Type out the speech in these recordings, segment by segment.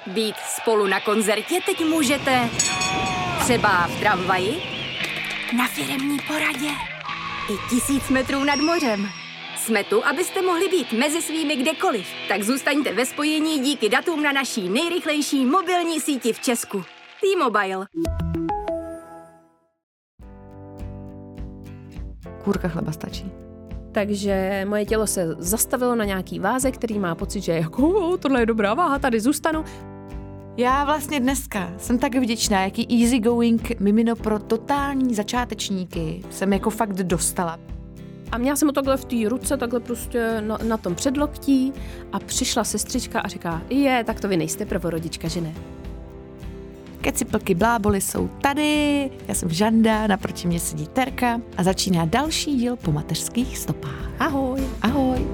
Být spolu na koncertě teď můžete třeba v tramvaji, na firemní poradě i 1000 metrů nad mořem. Jsme tu, abyste mohli být mezi svými kdekoliv. Tak zůstaňte ve spojení díky datům na naší nejrychlejší mobilní síti v Česku. T-Mobile. Kůrka chleba stačí. Takže moje tělo se zastavilo na nějaký váze, který má pocit, že jako tohle je dobrá váha, tady zůstanu. Já vlastně dneska jsem tak vděčná, jaký easygoing mimino pro totální začátečníky jsem jako fakt dostala. A měla jsem ho takhle v té ruce, takhle prostě na tom předloktí a přišla sestřička a říká, tak to vy nejste prvorodička, že ne? Keciplky bláboli jsou tady, já jsem Žanda, naproti mě sedí Terka a začíná další díl Po mateřských stopách. Ahoj. Ahoj.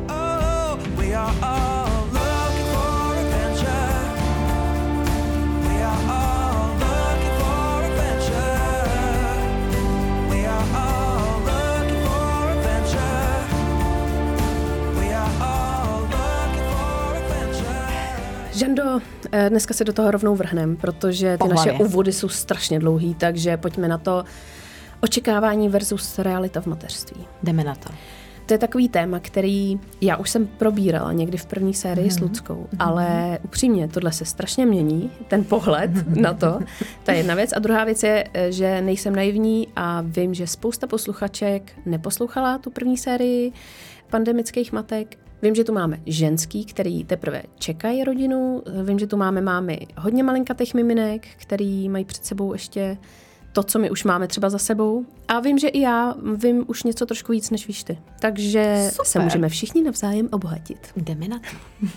Žando, dneska se do toho rovnou vrhnem, protože ty naše úvody jsou strašně dlouhý, takže pojďme na to očekávání versus realita v mateřství. Jdeme na to. To je takový téma, který já už jsem probírala někdy v první sérii s Luckou, ale upřímně, tohle se strašně mění, ten pohled na to. To je jedna věc. A druhá věc je, že nejsem naivní a vím, že spousta posluchaček neposlouchala tu první sérii pandemických matek. Vím, že tu máme ženský, který teprve čekají rodinu. Vím, že tu máme mámy hodně malinkatých miminek, který mají před sebou ještě to, co my už máme třeba za sebou. A vím, že i já vím už něco trošku víc, než víš ty. Takže se můžeme všichni navzájem obohatit. Jdeme na to.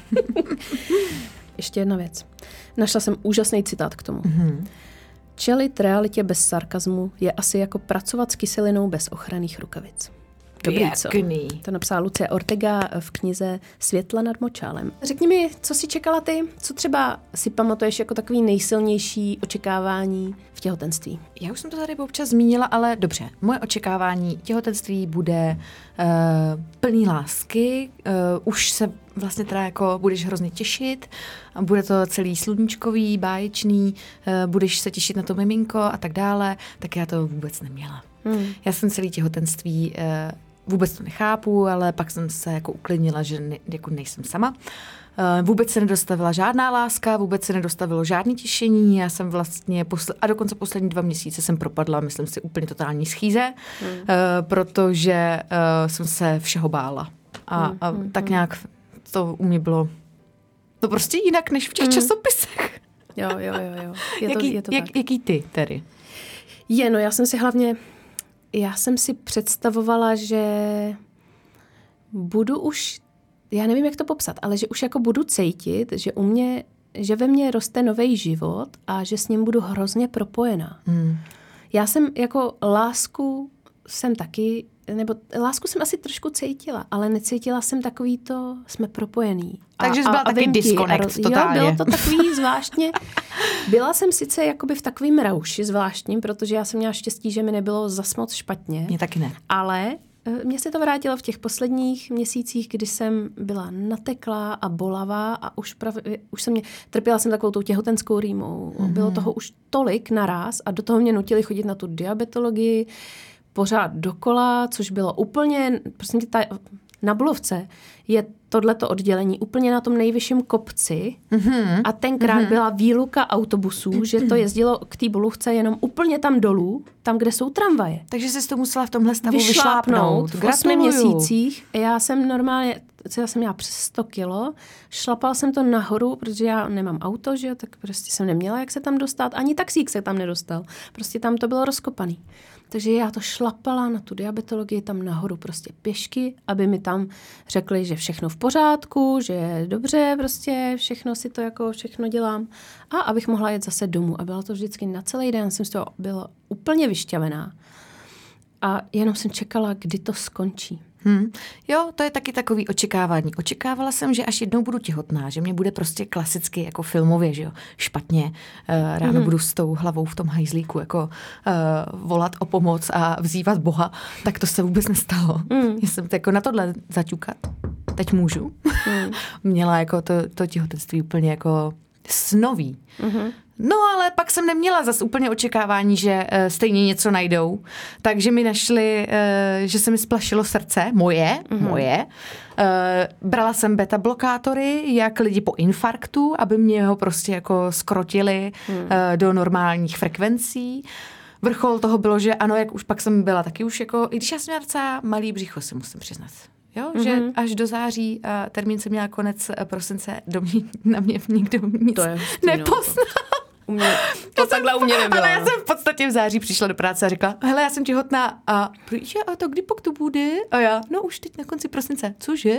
Ještě jedna věc. Našla jsem úžasný citát k tomu. Čelit realitě bez sarkazmu je asi jako pracovat s kyselinou bez ochranných rukavic. Dobrý, co? To napsala Lucie Ortega v knize Světla nad močálem. Řekni mi, co jsi čekala ty? Co třeba si pamatuješ jako takový nejsilnější očekávání v těhotenství? Já už jsem to tady občas zmínila, ale dobře. Moje očekávání těhotenství bude plný lásky. Už se vlastně teda jako budeš hrozně těšit. Bude to celý sluníčkový, báječný. Budeš se těšit na to miminko a tak dále. Tak já to vůbec neměla. Já jsem celý těhotenství vůbec to nechápu, ale pak jsem se jako uklidnila, že jako nejsem sama. Vůbec se nedostavila žádná láska, vůbec se nedostavilo žádné těšení. Já jsem vlastně a dokonce poslední 2 měsíce jsem propadla, myslím si, úplně totální schýze, protože jsem se všeho bála. A tak nějak to u mě bylo to prostě jinak, než v těch časopisech. Jo. Je to tak. Jaký ty, Terry? Já jsem si představovala, že budu už, já nevím, jak to popsat, ale že už jako budu cítit, že ve mně roste nový život a že s ním budu hrozně propojená. Já jsem jako lásku jsem asi trošku cítila, ale necítila jsem takový to, jsme propojený. Takže jsi byla taky disconnect totálně. Jo, bylo to takový zvláštně. Byla jsem sice jakoby v takovým rauši zvláštním, protože já jsem měla štěstí, že mi nebylo zas moc špatně. Mně taky ne. Ale mě se to vrátilo v těch posledních měsících, kdy jsem byla nateklá a bolavá a trpěla jsem takovou tou těhotenskou rýmou. Bylo toho už tolik naraz a do toho mě nutili chodit na tu diabetologii pořád dokola, což bylo úplně, prostě na Bulovce je tohleto oddělení úplně na tom nejvyšším kopci a tenkrát byla výluka autobusů, že to jezdilo k té Bulovce jenom úplně tam dolů, tam, kde jsou tramvaje. Takže jsi to musela v tomhle stavu vyšlápnout. V 8 měsících. Já jsem měla přes 100 kilo, šlapala jsem to nahoru, protože já nemám auto, že jo, tak prostě jsem neměla jak se tam dostat, ani taxík se tam nedostal. Prostě tam to bylo rozkopaný. Takže já to šlapala na tu diabetologii tam nahoru prostě pěšky, aby mi tam řekli, že všechno v pořádku, že je dobře, prostě všechno dělám a abych mohla jet zase domů. A bylo to vždycky na celý den, jsem z toho byla úplně vyšťavená. A jenom jsem čekala, kdy to skončí. Jo, to je taky takový očekávání. Očekávala jsem, že až jednou budu těhotná, že mě bude prostě klasicky jako filmově, že jo, špatně. Ráno budu s tou hlavou v tom hajzlíku jako volat o pomoc a vzývat Boha. Tak to se vůbec nestalo. Já jsem jako na tohle zaťukat. Teď můžu. Měla jako to těhotenství úplně jako snový. No ale pak jsem neměla zas úplně očekávání, že stejně něco najdou. Takže mi našli, že se mi splašilo srdce, moje. Brala jsem beta blokátory, jak lidi po infarktu, aby mě ho prostě jako skrotili do normálních frekvencí. Vrchol toho bylo, že ano, jak už pak jsem byla taky už jako, i když já jsem měla docela malý břicho, si musím přiznat. Jo, že až do září a termín jsem měla konec prosince, na mě nikdo nic nepoznal. Takhle u mě nebylo. Ale já jsem v podstatě v září přišla do práce a řekla, hele, já jsem těhotná a to kdy pak to bude? A já, no už teď na konci prosince. Cože?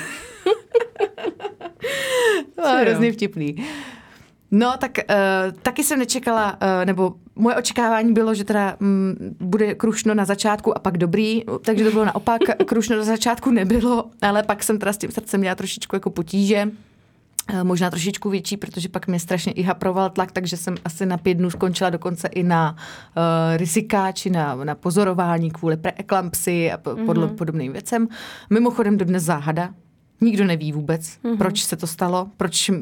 To bylo hrozně vtipný. No, tak taky jsem nečekala, nebo moje očekávání bylo, že teda bude krušno na začátku a pak dobrý, takže to bylo naopak, krušno na začátku nebylo, ale pak jsem teda s tím srdcem měla trošičku jako potíže, možná trošičku větší, protože pak mě strašně i haproval tlak, takže jsem asi na 5 dnů skončila dokonce i na rizikáči, na pozorování kvůli preeklampsii a podobným věcem. Mimochodem dodnes záhada. Nikdo neví vůbec, proč se to stalo, proč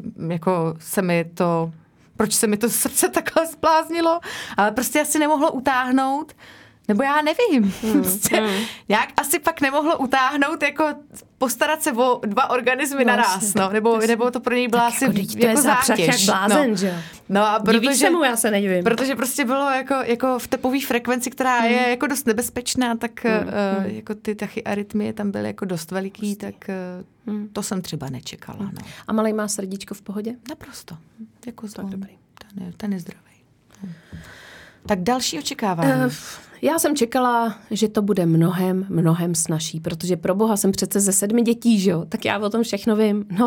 se mi to srdce takhle zbláznilo, ale prostě asi nemohlo utáhnout, nebo já nevím. Jak asi pak nemohlo utáhnout, jako postarat se o 2 organismy naraz, no, nebo to pro něj byla asi jako zátěž. Jak blázen, že jo? No a Divíš se mu, já se nedivím. Protože prostě bylo jako v tepové frekvenci, která je jako dost nebezpečná, tak jako ty tachyarytmie tam byly jako dost veliký, tak to jsem třeba nečekala. No. A malej má srdíčko v pohodě? Naprosto. Jako tak dobrý. Ten je zdravý. Tak další očekávání. Já jsem čekala, že to bude mnohem snazší, protože pro boha jsem přece ze 7 dětí, že jo? Tak já o tom všechno vím. No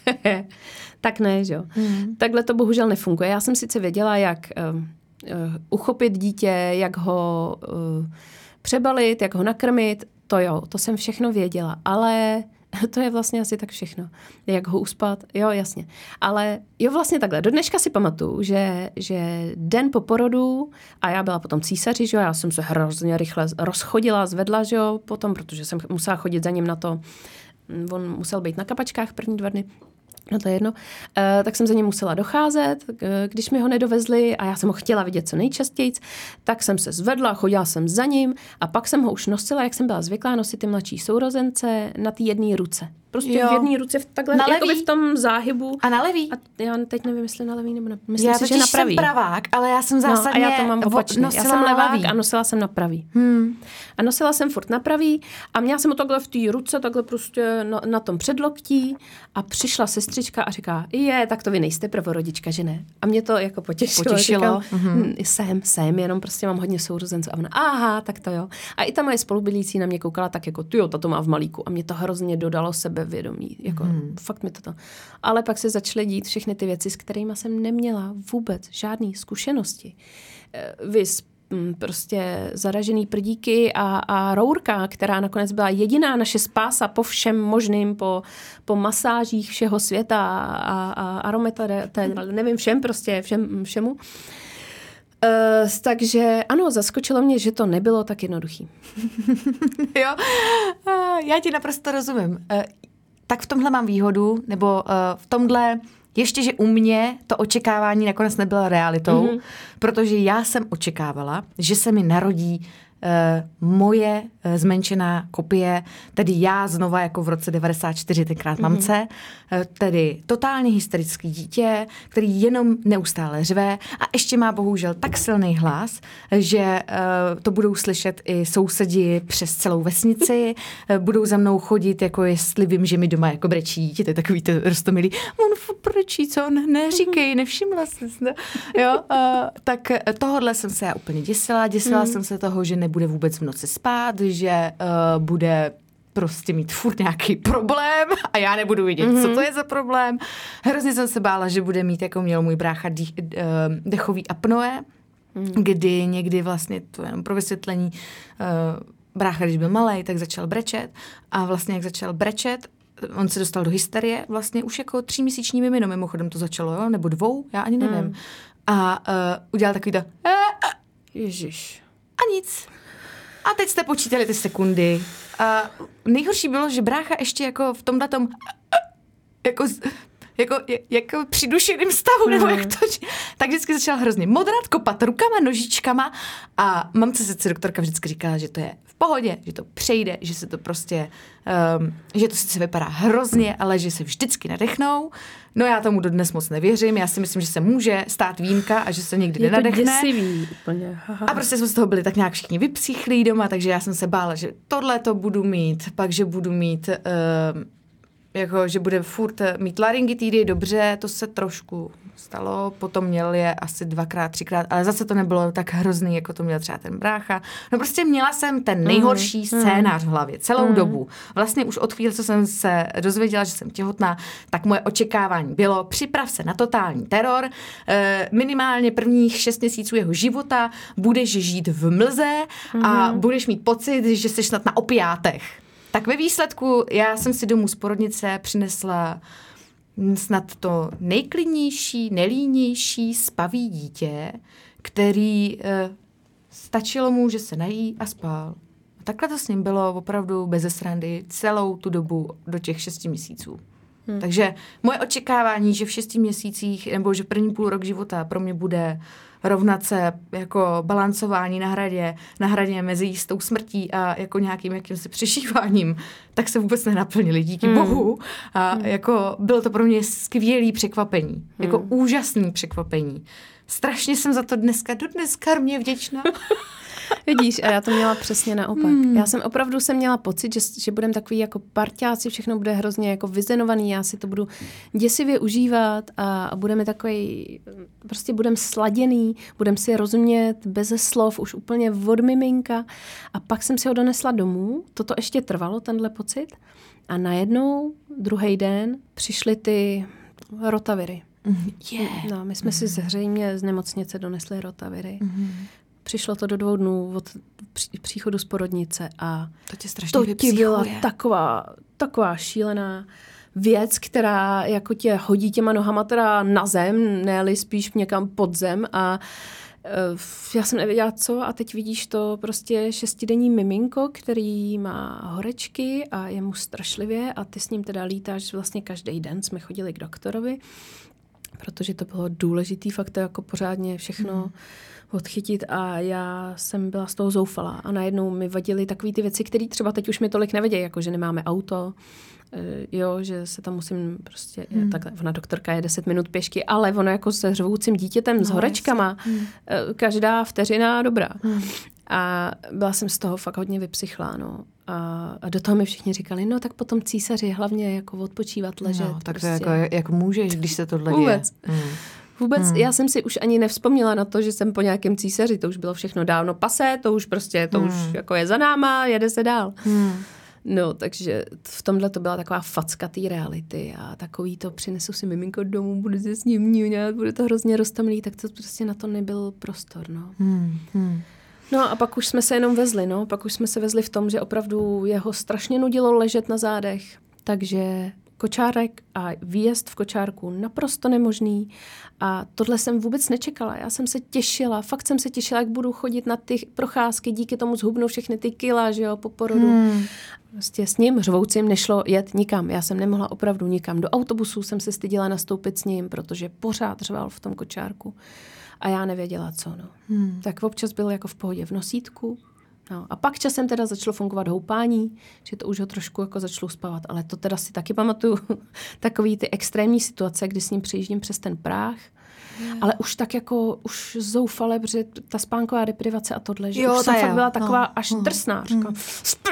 tak ne, že jo? Takhle to bohužel nefunguje. Já jsem sice věděla, jak uchopit dítě, jak ho přebalit, jak ho nakrmit, to jo, to jsem všechno věděla, ale to je vlastně asi tak všechno. Jak ho uspat, jo, jasně. Ale jo, vlastně takhle. Do dneška si pamatuju, že den po porodu, a já byla potom císaři, že jo, já jsem se hrozně rychle rozchodila, zvedla, že jo, potom, protože jsem musela chodit za ním na to, on musel být na kapačkách první 2 dny, no to je jedno, tak jsem za ním musela docházet, když mi ho nedovezli a já jsem ho chtěla vidět co nejčastěji, tak jsem se zvedla, chodila jsem za ním a pak jsem ho už nosila, jak jsem byla zvyklá nosit ty mladší sourozence na té jedné ruce. Prostě v jedné ruce takhle, jakoby v tom záhybu. A na levý? A já teď nevím, jestli na levý nebo na myslím já si, že na pravý. Já jsem pravák, ale já jsem zásadně a já to mám opačně. Já jsem levák a nosila jsem na pravý. A nosila jsem furt na pravý a měla jsem ho takhle v té ruce, takhle prostě na tom předloktí a přišla sestřička a říká, tak to vy nejste prvorodička, že ne? A mě to jako potěšilo. Říkám, jsem, jenom prostě mám hodně sourozenců. A ona, aha, tak to jo. A i ta moje spolubydlící na mě koukala tak jako, tato má v malíku. A mě to hrozně dodalo sebevědomí. Jako, fakt mi to. Ale pak se začaly dít všechny ty věci, s kterými jsem neměla vůbec žádný zkušenosti. Vys prostě zaražený prdíky a rourka, která nakonec byla jediná naše spása po všem možným, po masážích všeho světa a aromaterapii, nevím, všemu. Takže ano, zaskočilo mě, že to nebylo tak jednoduchý. Jo, já ti naprosto rozumím. Tak v tomhle mám výhodu, nebo v tomhle ještě, že u mě to očekávání nakonec nebylo realitou, protože já jsem očekávala, že se mi narodí moje zmenšená kopie, tedy já znova jako v roce 94 tenkrát mamce, tedy totálně hysterický dítě, který jenom neustále řve a ještě má bohužel tak silný hlas, že to budou slyšet i sousedi přes celou vesnici, budou za mnou chodit, jako jestli vím, že mi doma jako brečí dítě, to je takový to roztomilý, on brečí, co, neříkej, nevšimla jsi. Jo, tak tohodle jsem se já úplně děsila jsem se toho, že nebude vůbec v noci spát, že bude prostě mít furt nějaký problém a já nebudu vědět, co to je za problém. Hrozně jsem se bála, že bude mít, jako měl můj brácha, dechový apnoe, kdy někdy vlastně, to jenom pro vysvětlení, brácha, když byl malej, tak začal brečet a vlastně jak začal brečet, on se dostal do hysterie, vlastně už jako 3měsíční mimino, mimochodem to začalo, jo? Nebo 2, já ani nevím. A udělal takový to Ježiš. A nic. A teď jste počítali ty sekundy. A nejhorší bylo, že brácha ještě jako v tomhletom jako jako při dušeným stavu, nebo jak to, tak vždycky začala hrozně modrat, kopat rukama, nožičkama a mamce sice doktorka vždycky říkala, že to je v pohodě, že to přejde, že se to prostě, že to sice vypadá hrozně, ale že se vždycky nadechnou. No já tomu dodnes moc nevěřím, já si myslím, že se může stát výjimka a že se nikdy nenadechne. Je to děsivý úplně. A prostě jsme z toho byli tak nějak všichni vypsychlí doma, takže já jsem se bála, že tohle to budu mít, pak že budu mít, jako, že bude furt mít laryngitidy, dobře, to se trošku stalo, potom měl je asi 2x, 3x, ale zase to nebylo tak hrozný, jako to měl třeba ten brácha. No prostě měla jsem ten nejhorší scénář v hlavě celou dobu. Vlastně už od chvíle, co jsem se dozvěděla, že jsem těhotná, tak moje očekávání bylo, připrav se na totální teror, minimálně prvních 6 měsíců jeho života budeš žít v mlze a budeš mít pocit, že jsi snad na opiátech. Tak ve výsledku já jsem si domů z porodnice přinesla snad to nejklidnější, nelínější, spavý dítě, který stačilo mu, že se nají a spal. A takhle to s ním bylo opravdu beze srandy celou tu dobu do těch 6 měsíců. Takže moje očekávání, že v 6 měsících nebo že první půl rok života pro mě bude rovnat se jako balancování na hradě mezi jistou smrtí a jako nějakým jakýmsi přežíváním, tak se vůbec nenaplnili, díky bohu. A jako bylo to pro mě skvělý překvapení, jako úžasný překvapení. Strašně jsem za to dodneska mě vděčná. Vidíš, a já to měla přesně naopak. Já jsem opravdu měla pocit, že budeme takový jako parťáci, všechno bude hrozně jako vyzenovaný, já si to budu děsivě užívat a budeme takový, prostě budeme sladěný, budeme si rozumět beze slov, už úplně od miminka. A pak jsem si ho donesla domů, toto ještě trvalo, tenhle pocit. A najednou, druhý den, přišly ty rotaviry. No, my jsme si zřejmě z nemocnice donesli rotaviry. Přišlo to do 2 dnů od příchodu z porodnice a to tě strašně to ti byla taková šílená věc, která jako tě hodí těma nohama teda na zem, ne-li spíš někam pod zem a já jsem nevěděla co a teď vidíš to prostě 6denní miminko, který má horečky a je mu strašlivě a ty s ním teda lítáš vlastně každý den, jsme chodili k doktorovi, protože to bylo důležitý fakt to jako pořádně všechno odchytit a já jsem byla z toho zoufalá a najednou mi vadily takové ty věci, které třeba teď už mi tolik nevědějí, jako že nemáme auto, jo, že se tam musím prostě, takhle, ona doktorka je 10 minut pěšky, ale ono jako se řvoucím dítětem s horečkama, každá vteřina dobrá. A byla jsem z toho fakt hodně vypsychlá, no. A do toho mi všichni říkali, no tak potom císaři hlavně jako odpočívat, ležet. No, tak prostě. To jako, jak můžeš, když se tohle Vůbec. děje. Vůbec, já jsem si už ani nevzpomněla na to, že jsem po nějakém císaři, to už bylo všechno dávno pasé, to už prostě, to už jako je za náma, jede se dál. No, takže v tomhle to byla taková facka té reality a takový to přinesu si miminko domů, budu se s ním ňuňat, bude to hrozně roztomilý, tak to prostě na to nebyl prostor, no. No a pak už jsme se jenom vezli, no, pak už jsme se vezli v tom, že opravdu jeho strašně nudilo ležet na zádech, takže kočárek a výjezd v kočárku naprosto nemožný a tohle jsem vůbec nečekala. Já jsem se těšila, fakt jsem se těšila, jak budu chodit na ty procházky, díky tomu zhubnu všechny ty kila, že jo, po porodu. Prostě s ním řvoucím nešlo jet nikam. Já jsem nemohla opravdu nikam. Do autobusu jsem se styděla nastoupit s ním, protože pořád řval v tom kočárku a já nevěděla co, no. Tak občas byl jako v pohodě v nosítku. No, a pak časem teda začalo fungovat houpání, že to už ho trošku jako začalo spavat, ale to teda si taky pamatuju takový ty extrémní situace, kdy s ním přejíždím přes ten práh, ale už tak jako, už zoufale, protože ta spánková deprivace a tohle, že už jsem fakt byla taková až drsná, říkám, spí,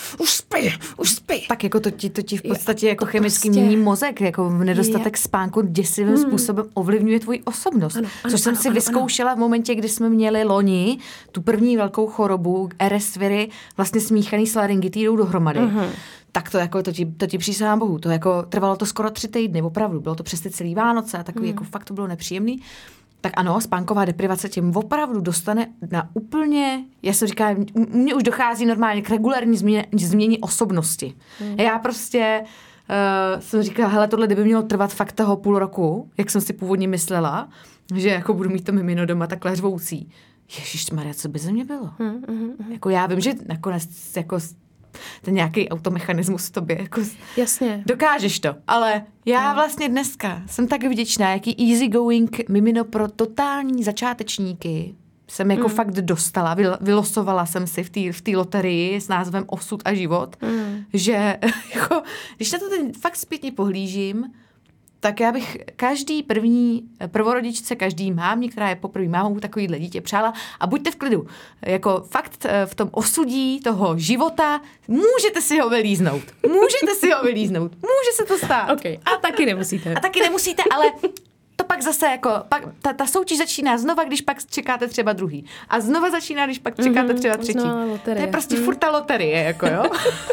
už spí. Tak jako to ti v podstatě jako chemicky prostě mění mozek, jako nedostatek spánku děsivým způsobem ovlivňuje tvoji osobnost. Což jsem si vyzkoušela v momentě, kdy jsme měli loni tu první velkou chorobu, RS viry, vlastně smíchaný s laryngitidou dohromady. Tak to jako, to ti přísahám Bohu, to jako trvalo to skoro 3 týdny, opravdu, bylo to přes ty celý Vánoce a takový jako fakt to bylo nepříjemný. Tak ano, spánková deprivace tě opravdu dostane na úplně, já jsem říkala, mně už dochází normálně k regulární změně osobnosti. Já prostě jsem říkala, hele, tohle kdyby mělo trvat fakt toho půl roku, jak jsem si původně myslela, že jako budu mít to mimino doma takhle řvoucí. Ježišmarja, co by ze mě bylo? Jako já vím, že nakonec jako ten nějaký automechanismus v tobě. Jako Jasně. dokážeš to, ale já vlastně dneska jsem tak vděčná, jaký easygoing mimino pro totální začátečníky jsem jako fakt dostala, vylosovala jsem si v té loterii s názvem Osud a život, že jako, když na to ten fakt zpětně pohlížím, tak já bych každý prvorodičce, každý mámě, která je poprvé mámou, takovýhle dítě přála a buďte v klidu. Jako fakt v tom osudí toho života můžete si ho vylíznout. Může se to stát. Okay. A taky nemusíte. Ale to pak zase jako, ta soutěž začíná znova, když pak čekáte třeba druhý. A znova začíná, když pak čekáte třeba třetí. To je prostě furt ta loterie, jako jo.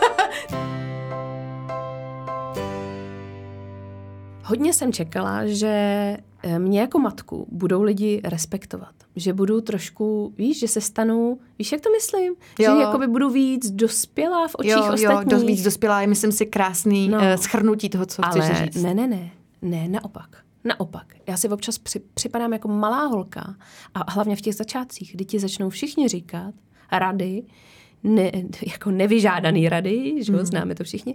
Hodně jsem čekala, že mě jako matku budou lidi respektovat. Že budu trošku, víš, že se stanu, víš, jak to myslím? Jo. Že jakoby budu víc dospělá v očích ostatních. Jo, víc dospělá je, myslím si, krásný shrnutí toho, co chceš říct. Ne, naopak. Já si občas připadám jako malá holka a hlavně v těch začátcích, kdy ti začnou všichni říkat rady, jako nevyžádaný rady, že známe to všichni,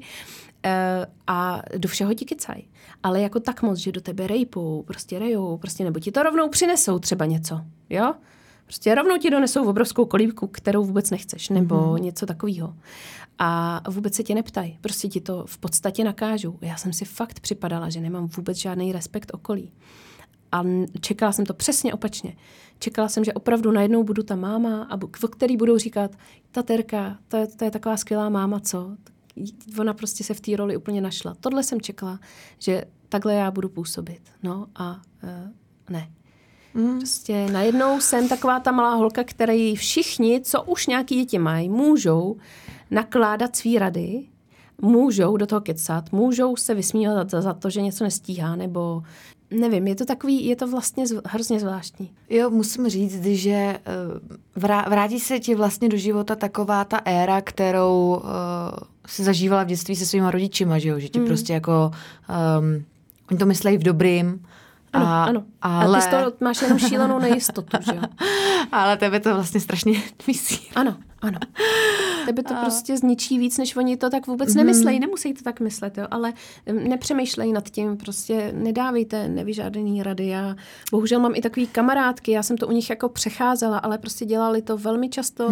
a do všeho ti kecají. Ale jako tak moc, že do tebe rejpou, rejou, nebo ti to rovnou přinesou třeba něco, jo? Prostě rovnou ti donesou obrovskou kolíbku, kterou vůbec nechceš, nebo něco takového. A vůbec se tě neptají, prostě ti to v podstatě nakážou. Já jsem si fakt připadala, že nemám vůbec žádný respekt okolí. A čekala jsem to přesně opačně. Čekala jsem, že opravdu najednou budu ta máma, o který budou říkat, ta Terka, to je taková skvělá máma, co? Ona prostě se v té roli úplně našla. Tohle jsem čekala, že takhle já budu působit. No a ne. Prostě najednou jsem taková ta malá holka, který všichni, co už nějaký děti mají, můžou nakládat svý rady, můžou do toho kecat, můžou se vysmívat za to, že něco nestíhá, nebo nevím, je to vlastně hrozně zvláštní. Jo, musím říct, že vrátí se ti vlastně do života taková ta éra, kterou si zažívala v dětství se svýma rodičima, že jo? Že ti prostě jako, oni to myslejí v dobrým. Ano. Ale... A ty z toho máš jenom šílenou nejistotu, že jo? Ale tebe to vlastně strašně myslí. Ano. Tebe to prostě zničí víc, než oni to tak vůbec nemyslejí. Nemusí to tak myslet, jo? Ale nepřemýšlej nad tím, prostě nedávejte nevyžádaný rady. Já bohužel mám i takový kamarádky, já jsem to u nich jako přecházela, ale prostě dělali to velmi často.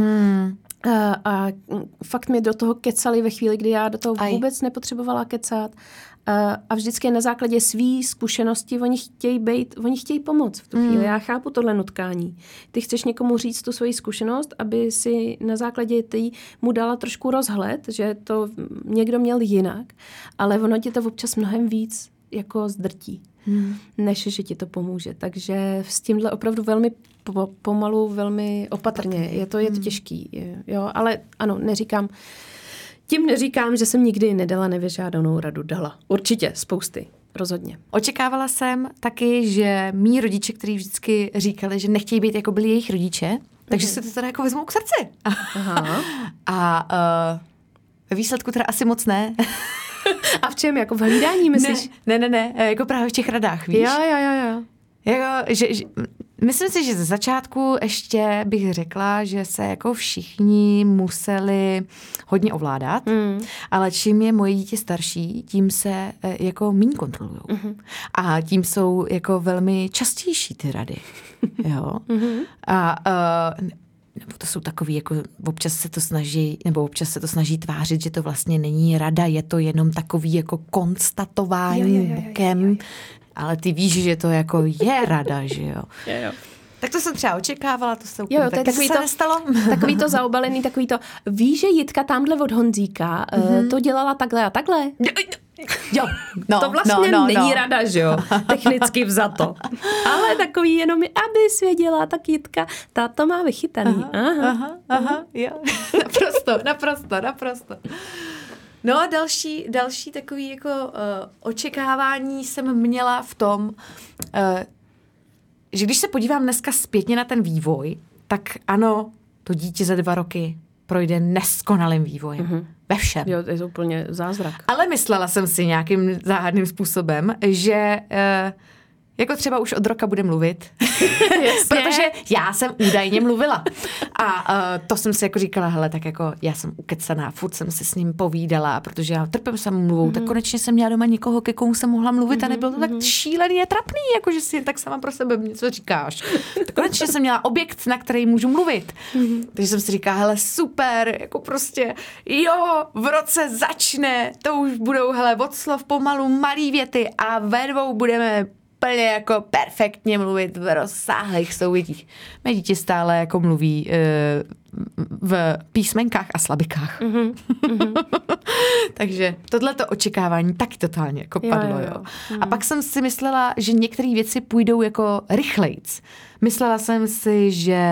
A fakt mě do toho kecali ve chvíli, kdy já do toho vůbec nepotřebovala kecat. A vždycky na základě svý zkušenosti oni chtějí pomoct v tu chvíli. Já chápu tohle nutkání. Ty chceš někomu říct tu svoji zkušenost, aby si na základě ty mu dala trošku rozhled, že to někdo měl jinak, ale ono ti to občas mnohem víc jako zdrtí, než že ti to pomůže. Takže s tímhle opravdu velmi pomalu, velmi opatrně. Je to těžký. Jo? Ale ano, Tím neříkám, že jsem nikdy nedala nevyžádanou radu. Dala. Určitě, spousty. Rozhodně. Očekávala jsem taky, že mí rodiče, kteří vždycky říkali, že nechtějí být jako byli jejich rodiče, takže se to teda jako vezmou k srdci. Aha. A ve výsledku teda asi moc ne. A v čem? Jako v hlídání, myslíš? Ne, jako právě v těch radách, víš? Jo. Jako, že myslím si, že ze začátku ještě bych řekla, že se jako všichni museli hodně ovládat, ale čím je moje dítě starší, tím se jako míň kontrolujou. A tím jsou jako velmi častější ty rady. Jo? A nebo to jsou takový, jako občas se to snaží tvářit, že to vlastně není rada, je to jenom takový jako konstatování bokem. Ale ty víš, že to jako je rada, že jo? Jo. Tak to jsem třeba očekávala, to se úplně taky se nestalo. Takový to zaobalený, takový to, víš, že Jitka tamhle od Honzíka to dělala takhle a takhle? Jo, to vlastně není rada, že jo, technicky vzato. Ale takový jenom, abys věděla, tak Jitka, ta to má vychytaný. Aha, jo. Naprosto. No a další takový jako očekávání jsem měla v tom, že když se podívám dneska zpětně na ten vývoj, tak ano, to dítě za 2 roky projde neskonalým vývojem. Ve všem. Jo, to je úplně zázrak. Ale myslela jsem si nějakým záhadným způsobem, že Jako třeba už od roka bude mluvit. Protože já jsem údajně mluvila. A to jsem si jako říkala, hele, tak jako já jsem ukecaná, furt jsem se s ním povídala, protože já trpím samomluvou, tak konečně jsem měla doma někoho, ke komu jsem mohla mluvit a nebylo to tak šílený a trapný, jako že si tak sama pro sebe něco říkáš. Tak konečně jsem měla objekt, na který můžu mluvit. Takže jsem si říkala, hele, super, jako prostě, jo, v roce začne, to už budou, hele, od slov pomalu malý věty a ve dvou budeme úplně jako perfektně mluvit v rozsáhlých souvětích. Mé dítě stále jako mluví v písmenkách a slabikách. Takže tohleto očekávání taky totálně jako padlo. Jo. A pak jsem si myslela, že některé věci půjdou jako rychlejc. Myslela jsem si, že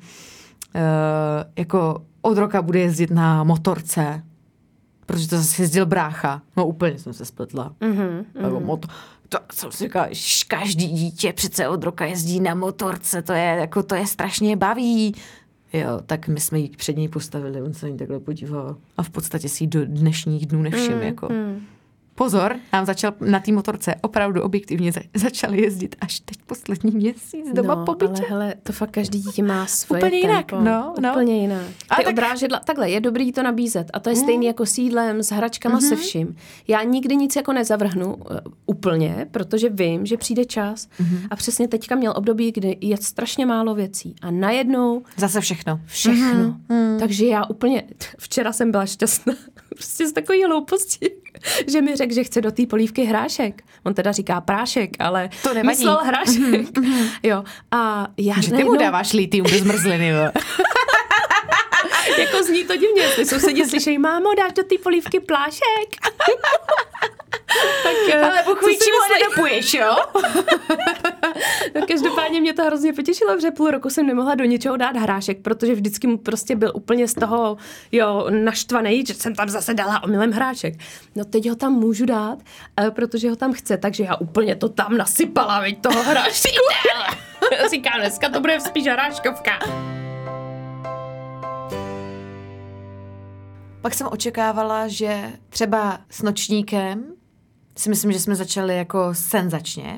jako od roka bude jezdit na motorce, protože to zase jezdil brácha. No úplně jsem se spletla. To jsem si říkala, každý dítě přece od roka jezdí na motorce, to je strašně baví. Jo, tak my jsme ji před něj postavili, on se ní takhle podíval a v podstatě si ji do dnešních dnů nevšim. Pozor, nám začal na té motorce opravdu objektivně začal jezdit až teď poslední měsíc doma po bytě. Ale hele, to fakt každý dítě má svoje úplně jinak, tempo. Úplně jinak. Ty odrážedla, takhle, je dobrý to nabízet a to je stejný jako s jídlem, s hračkama, se vším. Já nikdy nic jako nezavrhnu úplně, protože vím, že přijde čas a přesně teďka měl období, kdy je strašně málo věcí a najednou zase všechno. Takže já úplně, včera jsem byla šťastná, prostě z takový hlouposti, že mi řekl, že chce do té polívky hrášek. On teda říká prášek, ale to nevadí. Myslel hrášek. Jo. A já že ty mu dáváš litium do zmrzliny, jo. Jako zní to divně, ty sousedí slyšejí, mámo, dáš do té polívky plášek? Tak, ale pochvíčí mu nedopuješ, jo? No, každopádně mě to hrozně potěšilo, že půl roku jsem nemohla do něčeho dát hrášek, protože vždycky mu prostě byl úplně z toho naštvaný, že jsem tam zase dala omylem hrášek. No teď ho tam můžu dát, protože ho tam chce, takže já úplně to tam nasypala, veď toho hrášku. Říkám, dneska to bude spíš hráškovka. Pak jsem očekávala, že třeba s nočníkem si myslím, že jsme začali jako senzačně.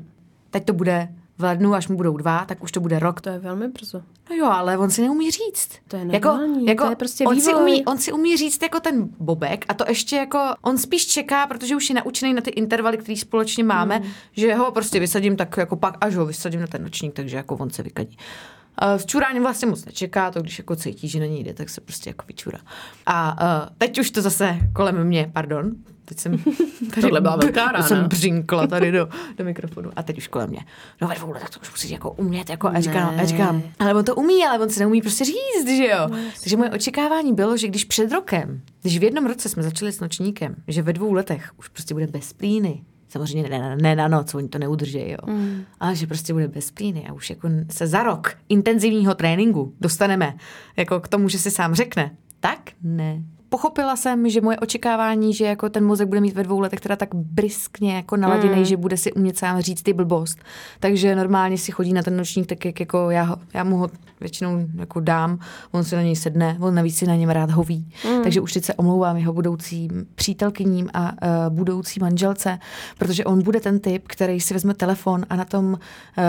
Teď to bude v lednu, až mu budou 2, tak už to bude rok. To je velmi brzo. No jo, ale on si neumí říct. To je normální, jako to je prostě vývoj. On si umí říct jako ten Bobek a to ještě jako, on spíš čeká, protože už je naučený na ty intervaly, které společně máme, že ho prostě vysadím tak jako pak, až ho vysadím na ten nočník, takže jako on se vykadí. S čuráním vlastně moc nečeká, to když jako cítí, že na něj jde, tak se prostě jako vyčurá. A teď už to zase kolem mě, pardon, teď jsem tohle byla velká rána. Jsem břinkla tady do mikrofonu a teď už kolem mě. No ve 2 letech to už musí jako umět, jako a říkám, ale on to umí, ale on se neumí prostě říct, že jo. Takže moje očekávání bylo, že když před rokem, když v jednom roce jsme začali s nočníkem, že ve 2 letech už prostě bude bez plíny. Samozřejmě ne na noc, oni to neudrží, jo. Ale že prostě bude bez plíny a už jako se za rok intenzivního tréninku dostaneme jako k tomu, že si sám řekne, tak ne. Pochopila jsem, že moje očekávání, že jako ten mozek bude mít ve 2 letech teda tak briskně jako naladěnej, že bude si umět sám říct ty blbost. Takže normálně si chodí na ten nočník tak, jak jako já mu ho většinou jako dám, on si na něj sedne, on navíc si na něm rád hoví. Takže už teď se omlouvám jeho budoucím přítelkyním a budoucí manželce, protože on bude ten typ, který si vezme telefon a na tom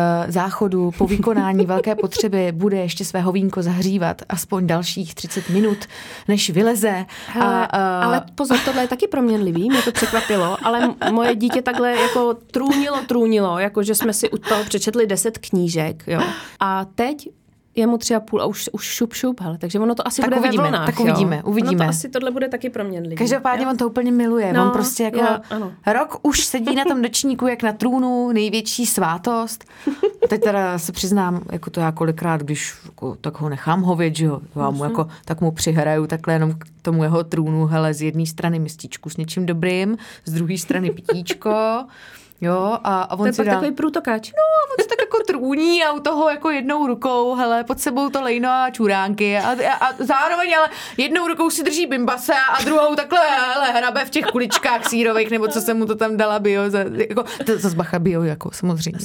záchodu po vykonání velké potřeby bude ještě své hovínko zahřívat aspoň dalších 30 minut, než vyleze. Hele, ale pozor, tohle je taky proměnlivý, mě to překvapilo, ale moje dítě takhle jako trůnilo, jako že jsme si u toho přečetli 10 knížek, jo. A teď je mu 3,5 a už šup, hele, takže ono to asi tak bude uvidíme, ve vlnách, tak uvidíme. Ono to asi tohle bude taky proměnlivý. Každopádně on to úplně miluje, on prostě jako rok už sedí na tom nočníku jak na trůnu, největší svátost. A teď teda se přiznám, jako to já kolikrát, když jako, tak ho nechám hovět, že jo, já mu jako, tak mu přihraju takhle jenom k tomu jeho trůnu, hele, z jedné strany mističku s něčím dobrým, z druhé strany pitíčko. Jo, a on to je si pak dá... takový průtokáč. No, on se tak jako trůní a u toho jako jednou rukou, hele, pod sebou to lejno a čuránky a zároveň ale jednou rukou si drží bimbase a druhou takhle, hele, hrabe v těch kuličkách sírových, nebo co se mu to tam dala bio, jako, to zase bacha bio, jako samozřejmě.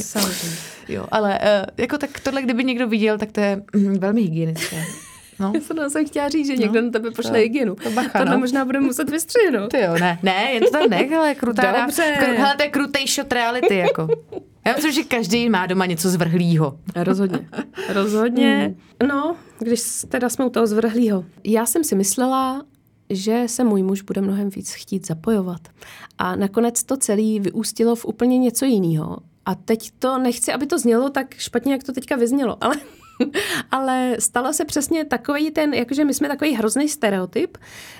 Jo, ale jako tak tohle, kdyby někdo viděl, tak to je velmi hygienické. No. Já jsem chtěla říct, že někdo na tebe pošle hygienu. Tohle možná budeme muset vystřihnout. Ty jo, ne, jen to tam nech, ale krutá. Dobře. Hele, to je krutej shot reality, jako. Já myslím, že každý má doma něco zvrhlýho. Rozhodně. No, když teda jsme u toho zvrhlýho. Já jsem si myslela, že se můj muž bude mnohem víc chtít zapojovat. A nakonec to celé vyústilo v úplně něco jiného. A teď to nechci, aby to znělo tak špatně, jak to teďka vyznělo, ale stalo se přesně takový ten, jakože my jsme takový hrozný stereotyp,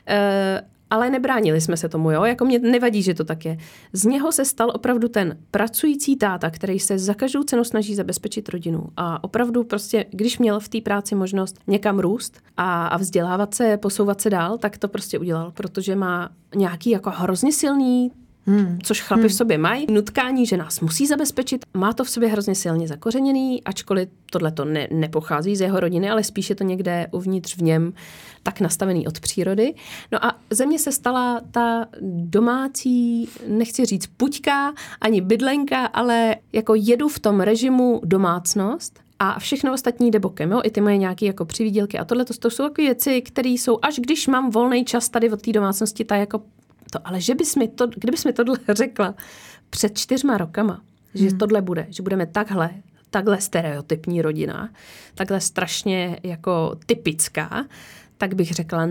ale nebránili jsme se tomu, jo, jako mě nevadí, že to tak je. Z něho se stal opravdu ten pracující táta, který se za každou cenu snaží zabezpečit rodinu a opravdu prostě, když měl v té práci možnost někam růst a vzdělávat se, posouvat se dál, tak to prostě udělal, protože má nějaký jako hrozně silný což chlapi v sobě mají. Nutkání, že nás musí zabezpečit. Má to v sobě hrozně silně zakořeněný, ačkoliv tohle to nepochází z jeho rodiny, ale spíš je to někde uvnitř v něm tak nastavený od přírody. No a ze mě se stala ta domácí, nechci říct puťka, ani bydlenka, ale jako jedu v tom režimu domácnost a všechno ostatní jde bokem, jo? I ty moje nějaké jako přivídělky a tohle to jsou takové věci, které jsou, až když mám volný čas tady od té domácnosti, ta jako to, ale kdybys mi tohle řekla před 4 rokama, že tohle bude, že budeme takhle stereotypní rodina, takhle strašně jako typická, tak bych řekla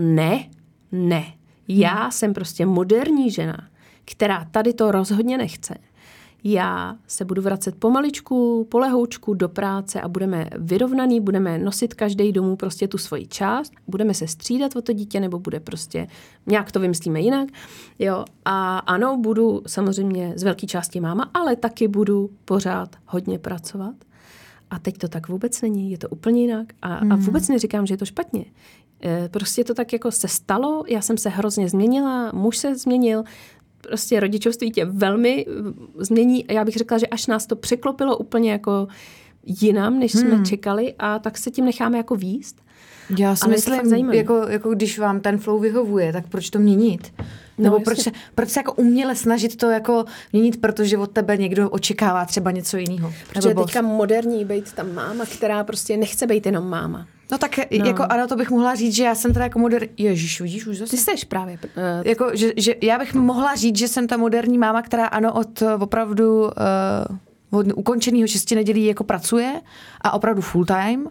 ne. Já jsem prostě moderní žena, která tady to rozhodně nechce. Já se budu vracet pomaličku, polehoučku do práce a budeme vyrovnaný, budeme nosit každý domů prostě tu svoji část, budeme se střídat o to dítě, nebo bude prostě, nějak to vymyslíme jinak. Jo, a ano, budu samozřejmě z velké části máma, ale taky budu pořád hodně pracovat. A teď to tak vůbec není, je to úplně jinak. A vůbec neříkám, že je to špatně. Prostě to tak jako se stalo, já jsem se hrozně změnila, muž se změnil, prostě rodičovství tě velmi změní a já bych řekla, že až nás to překlopilo úplně jako jinam, než jsme čekali a tak se tím necháme jako víst. Já si myslím, jako když vám ten flow vyhovuje, tak proč to měnit? Nebo proč se jako uměle snažit to jako měnit, protože od tebe někdo očekává třeba něco jiného. Protože je teďka moderní být ta máma, která prostě nechce být jenom máma. No tak jako ano, to bych mohla říct, že já jsem teda jako Ježiš, vidíš už zase. Ty jsi právě. Jako, že já bych mohla říct, že jsem ta moderní máma, která ano, od opravdu od ukončeného 6 nedělí jako pracuje a opravdu full time.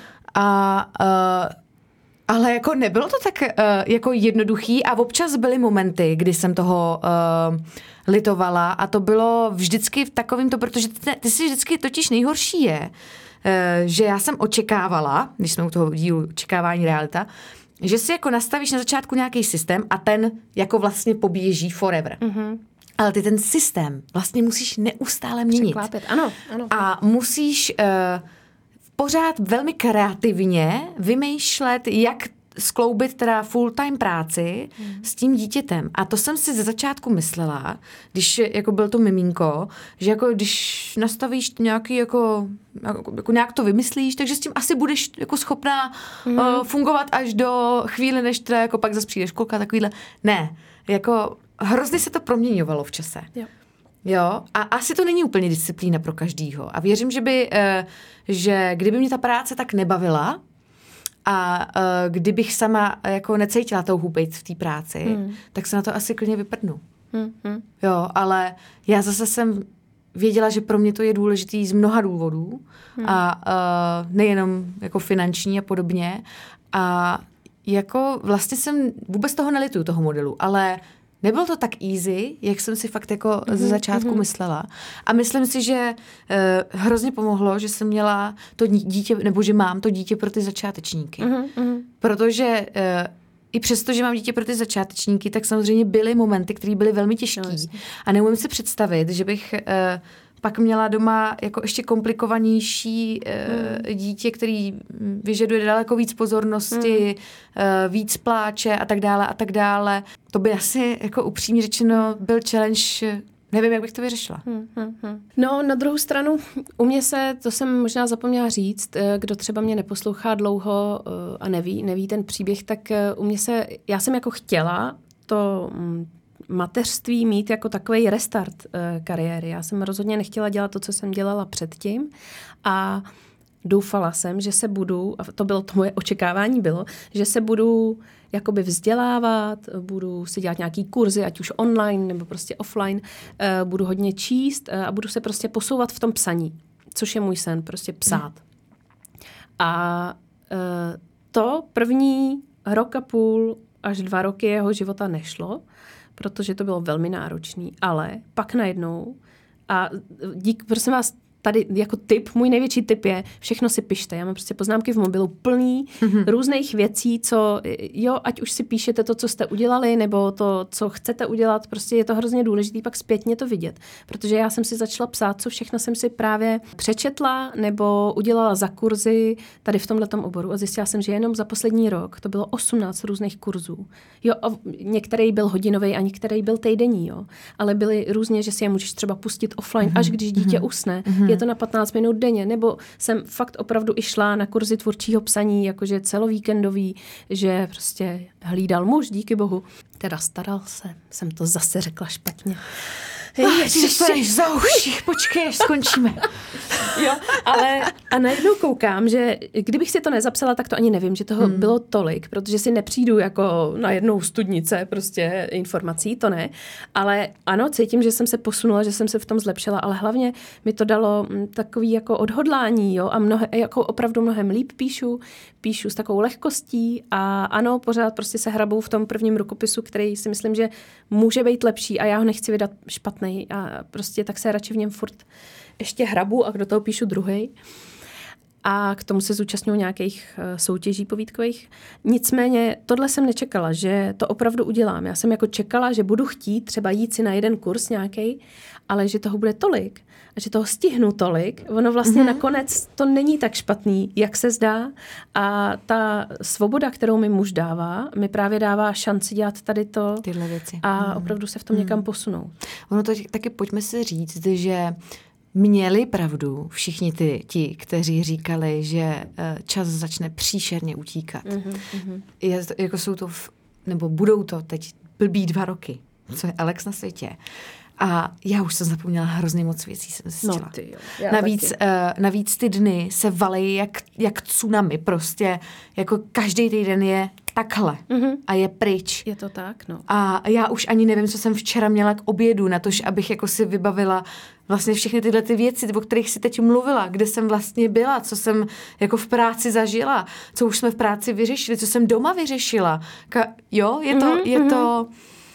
Ale jako nebylo to tak jako jednoduchý a občas byly momenty, kdy jsem toho litovala a to bylo vždycky v takovýmto, protože ty si vždycky totiž nejhorší je, že já jsem očekávala, když jsme u toho dílu očekávání realita, že si jako nastavíš na začátku nějaký systém a ten jako vlastně poběží forever. Ale ty ten systém vlastně musíš neustále měnit. Překlápět, ano. A musíš pořád velmi kreativně vymýšlet, jak skloubit teda full-time práci s tím dítětem. A to jsem si ze začátku myslela, když jako byl to miminko, že jako když nastavíš nějaký jako nějak to vymyslíš, takže s tím asi budeš jako schopná fungovat až do chvíle, než teda jako pak zase přijde školka, takovýhle. Ne, jako hrozně se to proměňovalo v čase. Jo, a asi to není úplně disciplína pro každýho. A věřím, že kdyby mě ta práce tak nebavila a kdybych sama jako necítila touhu být v té práci, tak se na to asi klidně vyprdnu. Jo, ale já zase jsem věděla, že pro mě to je důležitý z mnoha důvodů a nejenom jako finanční a podobně. A jako vlastně jsem vůbec toho nelituju, toho modelu, ale nebylo to tak easy, jak jsem si fakt jako ze začátku myslela. A myslím si, že hrozně pomohlo, že jsem měla to dítě, nebo že mám to dítě pro ty začátečníky. Protože i přesto, že mám dítě pro ty začátečníky, tak samozřejmě byly momenty, které byly velmi těžké. A neumím si představit, že bych pak měla doma jako ještě komplikovanější dítě, který vyžaduje daleko víc pozornosti, víc pláče a tak dále a tak dále. To by asi jako upřímně řečeno byl challenge, nevím, jak bych to vyřešila. No, na druhou stranu, u mě to jsem možná zapomněla říct, kdo třeba mě neposlouchá dlouho a neví ten příběh, tak u mě já jsem jako chtěla to mateřství mít jako takový restart kariéry. Já jsem rozhodně nechtěla dělat to, co jsem dělala předtím a doufala jsem, že se budu, a to bylo to moje očekávání bylo, že se budu jakoby vzdělávat, budu si dělat nějaký kurzy, ať už online nebo prostě offline, budu hodně číst a budu se prostě posouvat v tom psaní, což je můj sen, prostě psát. A to první rok a půl až 2 roky jeho života nešlo, protože to bylo velmi náročný, ale pak najednou a prosím vás, tady jako tip, můj největší tip je, všechno si pište. Já mám prostě poznámky v mobilu plný různých věcí, co, jo, ať už si píšete to, co jste udělali, nebo to, co chcete udělat, prostě je to hrozně důležité pak zpětně to vidět. Protože já jsem si začala psát, co všechno jsem si právě přečetla, nebo udělala za kurzy tady v tomhletom oboru a zjistila jsem, že jenom za poslední rok to bylo 18 různých kurzů. Jo, některý byl hodinový a některý byl týdenní, jo. Ale byly různě, že si je můžeš třeba pustit offline, až když dítě usne. Je to na 15 minut denně, nebo jsem fakt opravdu i šla na kurzy tvůrčího psaní, jakože celovíkendový, že prostě hlídal muž, díky bohu. Teda staral se, jsem to zase řekla špatně. Ty dostaneš za uši, počkej, až skončíme. Jo, ale a najednou koukám, že kdybych si to nezapsala, tak to ani nevím, že toho bylo tolik, protože si nepřijdu jako na jednou studnice prostě informací, to ne. Ale ano, cítím, že jsem se posunula, že jsem se v tom zlepšila, ale hlavně mi to dalo takový jako odhodlání, jo, a jako opravdu mnohem líp píšu s takovou lehkostí a ano, pořád prostě se hrabou v tom prvním rukopisu, který si myslím, že může být lepší a já ho nechci vydat špatný a prostě tak se radši v něm furt ještě hrabu a do toho píšu druhej. A k tomu se zúčastňuji nějakých soutěží povídkových. Nicméně tohle jsem nečekala, že to opravdu udělám. Já jsem jako čekala, že budu chtít třeba jít si na jeden kurz nějaký, ale že toho bude tolik a že toho stihnu tolik. Ono vlastně nakonec to není tak špatný, jak se zdá. A ta svoboda, kterou mi muž dává, mi právě dává šanci dělat tady to tyhle věci. A opravdu se v tom někam posunout. Ono to taky pojďme si říct, že měli pravdu všichni ti, kteří říkali, že čas začne příšerně utíkat. Jako jsou to, nebo budou to teď blbý 2 roky, co je Alex na světě. A já už jsem zapomněla hrozně moc věcí, jsem zjistila. No, ty jo. Navíc ty dny se valejí jak tsunami, prostě jako každý týden je takhle a je pryč. Je to tak, no. A já už ani nevím, co jsem včera měla k obědu, na to, abych jako si vybavila vlastně všechny tyhle ty věci, o kterých si teď mluvila, kde jsem vlastně byla, co jsem jako v práci zažila, co už jsme v práci vyřešili, co jsem doma vyřešila. Je to